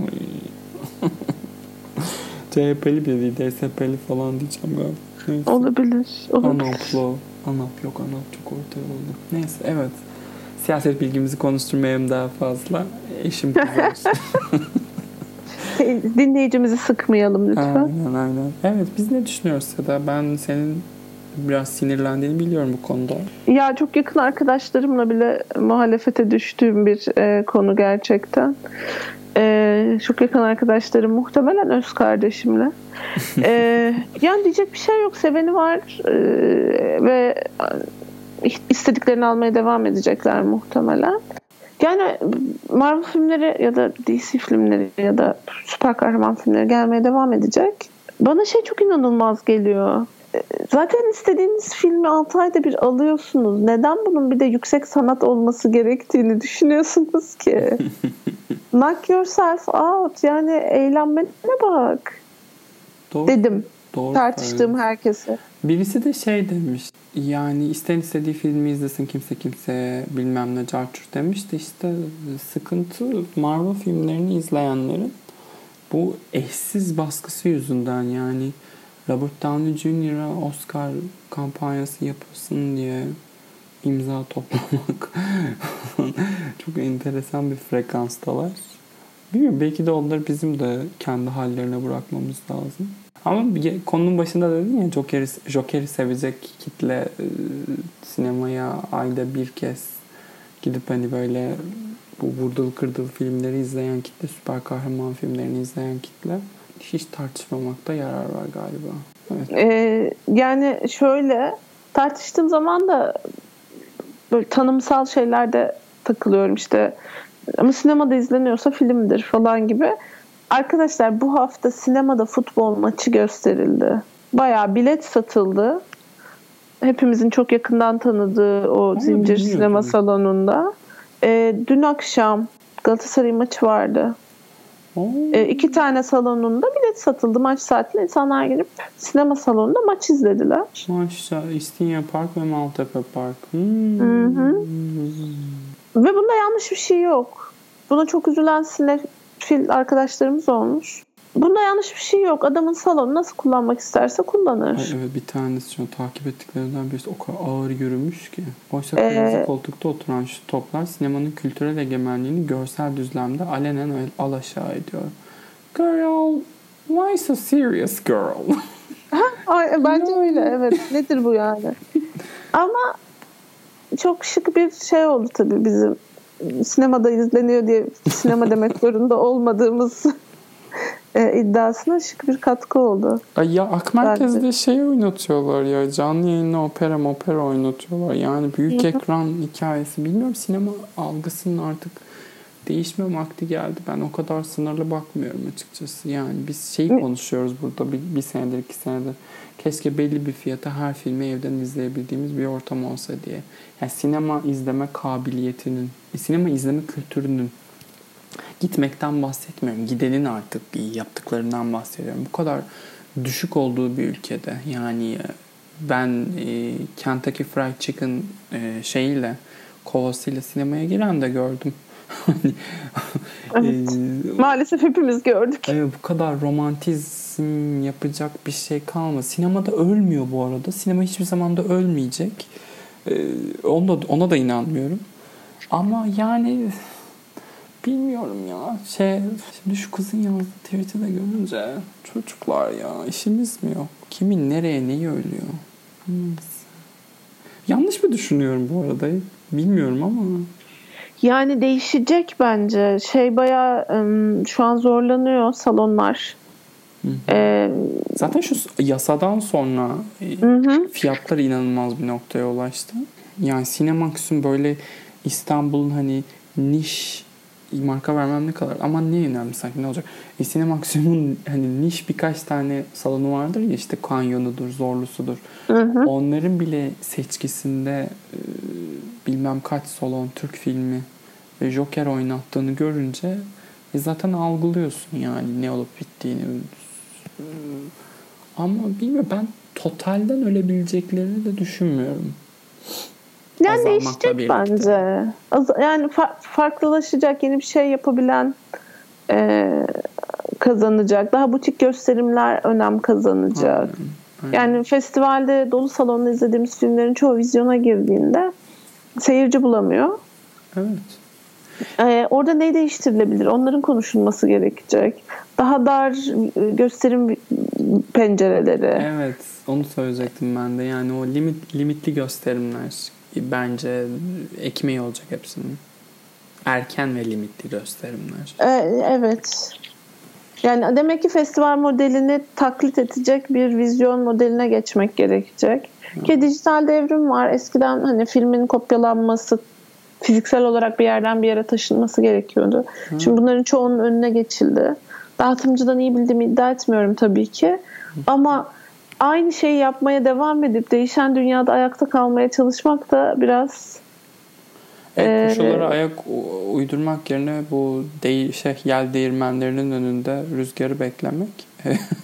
C H P'li bile değil, D S P'li falan diyeceğim galiba. Neyse. Olabilir. olabilir. Anaplo. Anap yok, Anap çok ortaya oldu. Neyse, evet. Siyaset bilgimizi konuşturmayalım daha fazla. Eşim kızar. Dinleyicimizi sıkmayalım lütfen. Aynen aynen. Evet, biz ne düşünüyoruz Seda? Ben senin biraz sinirlendiğini biliyorum bu konuda. Ya çok yakın arkadaşlarımla bile muhalefete düştüğüm bir e, konu gerçekten. E, çok yakın arkadaşlarım, muhtemelen öz kardeşimle. e, yani diyecek bir şey yok. Seveni var e, ve istediklerini almaya devam edecekler muhtemelen. Yani Marvel filmleri ya da D C filmleri ya da süper kahraman filmleri gelmeye devam edecek. Bana şey çok inanılmaz geliyor. Zaten istediğiniz filmi altı ayda bir alıyorsunuz. Neden bunun bir de yüksek sanat olması gerektiğini düşünüyorsunuz ki? Knock yourself out. Yani eğlenmene bak. Doğru. Dedim. Doğru Tartıştığım söylüyorsun. herkese. Birisi de şey demiş. Yani isten istediği filmi izlesin kimse kimse bilmem ne carçur demiş de işte sıkıntı Marvel filmlerini izleyenlerin bu eşsiz baskısı yüzünden yani Robert Downey Junior'a Oscar kampanyası yapılsın diye imza toplamak çok enteresan bir frekanstalar. Bilmiyorum, belki de onları bizim de kendi hallerine bırakmamız lazım. Ama konunun başında dedin ya Joker'i, Joker'i sevecek kitle e, sinemaya ayda bir kez gidip hani böyle bu vurdul kırdıl filmleri izleyen kitle, süper kahraman filmlerini izleyen kitle, hiç tartışmamakta yarar var galiba. Evet. Ee, yani şöyle tartıştığım zaman da böyle tanımsal şeylerde takılıyorum işte. Ama sinemada izleniyorsa filmdir falan gibi. Arkadaşlar bu hafta sinemada futbol maçı gösterildi. Bayağı bilet satıldı. Hepimizin çok yakından tanıdığı o Ama zincir sinema bilmiyordum. salonunda. Ee, dün akşam Galatasaray maçı vardı. Ee, iki tane salonunda bilet satıldı. Maç saatinde insanlar girip sinema salonunda maç izlediler. Maşallah. İstinye Park ve Maltepe Park. Hmm. Hı hı. Ve bunda yanlış bir şey yok. Buna çok üzülen sinefil arkadaşlarımız olmuş. Bunda yanlış bir şey yok. Adamın salonu nasıl kullanmak isterse kullanır. Ay evet, bir tanesi şu an takip ettiklerimden birisi o kadar ağır yürümüş ki. Oysa kırmızı ee, koltukta oturan şu toplar sinemanın kültürel egemenliğini görsel düzlemde alenen alaşağı ediyor. Girl, why so serious girl? Ay, bence öyle, evet. Nedir bu yani? Ama çok şık bir şey oldu tabii bizim sinemada izleniyor diye sinema demek zorunda olmadığımız e, iddiasına şık bir katkı oldu. Ay ya Akmerkez'de şey oynatıyorlar ya, canlı yayınla opera opera oynatıyorlar. Yani büyük Hı-hı. ekran hikayesi. Bilmiyorum, sinema algısının artık değişme vakti geldi. Ben o kadar sınırlı bakmıyorum açıkçası. Yani biz şeyi konuşuyoruz burada bir, bir senedir iki senedir. Keşke belli bir fiyata her filmi evden izleyebildiğimiz bir ortam olsa diye. Yani sinema izleme kabiliyetinin, sinema izleme kültürünün, gitmekten bahsetmiyorum, gidenin artık iyi yaptıklarından bahsediyorum. Bu kadar düşük olduğu bir ülkede yani ben e, Kentucky Fried Chicken e, şeyiyle, kovasıyla sinemaya giren de gördüm. Evet. ee, Maalesef hepimiz gördük. E, bu kadar romantizm yapacak bir şey kalmadı. Sinemada ölmüyor bu arada. Sinema hiçbir zaman da ölmeyecek. E, ona, da, ona da inanmıyorum. Ama yani bilmiyorum ya. Şey, şimdi şu kızın yazdığı Twitter'da görünce çocuklar ya, işimiz mi yok? Kimin nereye neyi ölüyor? Hmm. Yanlış mı düşünüyorum bu arada? Bilmiyorum ama. Yani değişecek bence. Şey bayağı ım, şu an zorlanıyor salonlar. Ee, Zaten şu yasadan sonra hı hı. fiyatlar inanılmaz bir noktaya ulaştı. Yani Cinemax'ın böyle İstanbul'un hani niş, marka vermem ne kadar ama ne önemli sanki, ne olacak? E, Cinemax'ın hani niş birkaç tane salonu vardır ya, işte Kanyonu'dur, Zorlusu'dur. Hı hı. Onların bile seçkisinde e, bilmem kaç salon Türk filmi ve Joker oynattığını görünce e, zaten algılıyorsun yani ne olup bittiğini. Ama bilmiyorum, ben totalden ölebileceklerini de düşünmüyorum. Yani değişecek bence. Yani fa- farklılaşacak, yeni bir şey yapabilen e, kazanacak. Daha butik gösterimler önem kazanacak. Aynen, aynen. Yani festivalde dolu salonda izlediğimiz filmlerin çoğu vizyona girdiğinde seyirci bulamıyor. Evet. Ee, orada ne değiştirilebilir? Onların konuşulması gerekecek. Daha dar gösterim pencereleri. Evet, onu söyleyecektim ben de. Yani o limit limitli gösterimler bence ekmeği olacak hepsinin. Erken ve limitli gösterimler. Ee, evet. Yani demek ki festival modelini taklit edecek bir vizyon modeline geçmek gerekecek. Evet. Ki dijital devrim var. Eskiden hani filmin kopyalanması, fiziksel olarak bir yerden bir yere taşınması gerekiyordu. Hı. Şimdi bunların çoğunun önüne geçildi. Dağıtımcıdan iyi bildiğimi iddia etmiyorum tabii ki. Hı. Ama aynı şeyi yapmaya devam edip değişen dünyada ayakta kalmaya çalışmak da biraz evet, koşullara e, ayak uydurmak yerine bu de- şey, yel değirmenlerinin önünde rüzgarı beklemek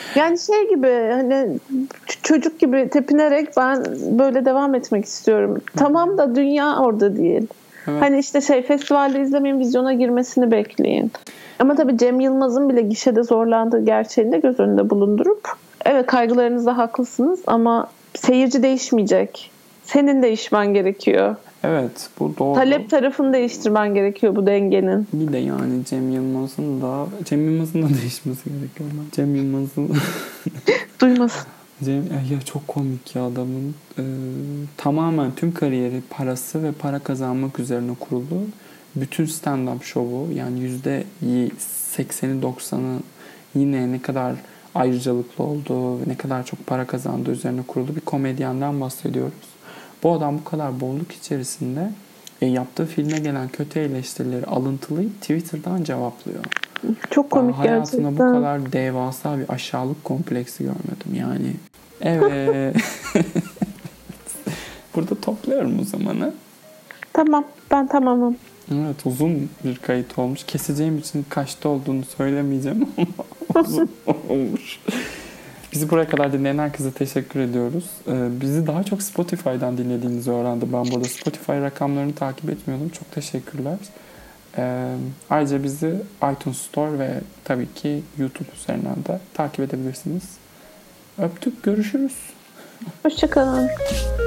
Yani şey gibi hani çocuk gibi tepinerek ben böyle devam etmek istiyorum. Tamam da dünya orada değil. Evet. Hani işte şey festivalde izlemeyin, vizyona girmesini bekleyin. Ama tabii Cem Yılmaz'ın bile gişede zorlandığı gerçeğini de göz önünde bulundurup evet kaygılarınızda haklısınız ama seyirci değişmeyecek. Senin değişmen gerekiyor. Evet, bu doğru. Talep tarafını değiştirmen gerekiyor bu dengenin. Bir de yani Cem Yılmaz'ın da Cem Yılmaz'ın da değişmesi gerekiyor. Cem Yılmaz'ın duymasın. Cem ya çok komik ya adamın. Ee, tamamen tüm kariyeri parası ve para kazanmak üzerine kurulu. Bütün stand-up şovu yani yüzde sekseni doksanı yine ne kadar ayrıcalıklı olduğu ve ne kadar çok para kazandığı üzerine kurulu bir komedyenden bahsediyoruz. Bu adam bu kadar bolluk içerisinde e, yaptığı filme gelen kötü eleştirileri alıntılayıp Twitter'dan cevaplıyor. Çok komik ben gerçekten. Hayatımda bu kadar devasa bir aşağılık kompleksi görmedim yani. Evet. Burada topluyorum o zamanı. Tamam, ben tamamım. Evet, uzun bir kayıt olmuş. Keseceğim için kaçta olduğunu söylemeyeceğim ama uzun olmuş. Bizi buraya kadar dinleyen herkese teşekkür ediyoruz. Ee, bizi daha çok Spotify'dan dinlediğinizi öğrendim. Ben burada Spotify rakamlarını takip etmiyordum. Çok teşekkürler. Ee, ayrıca bizi iTunes Store ve tabii ki YouTube üzerinden de takip edebilirsiniz. Öptük, görüşürüz. Hoşçakalın.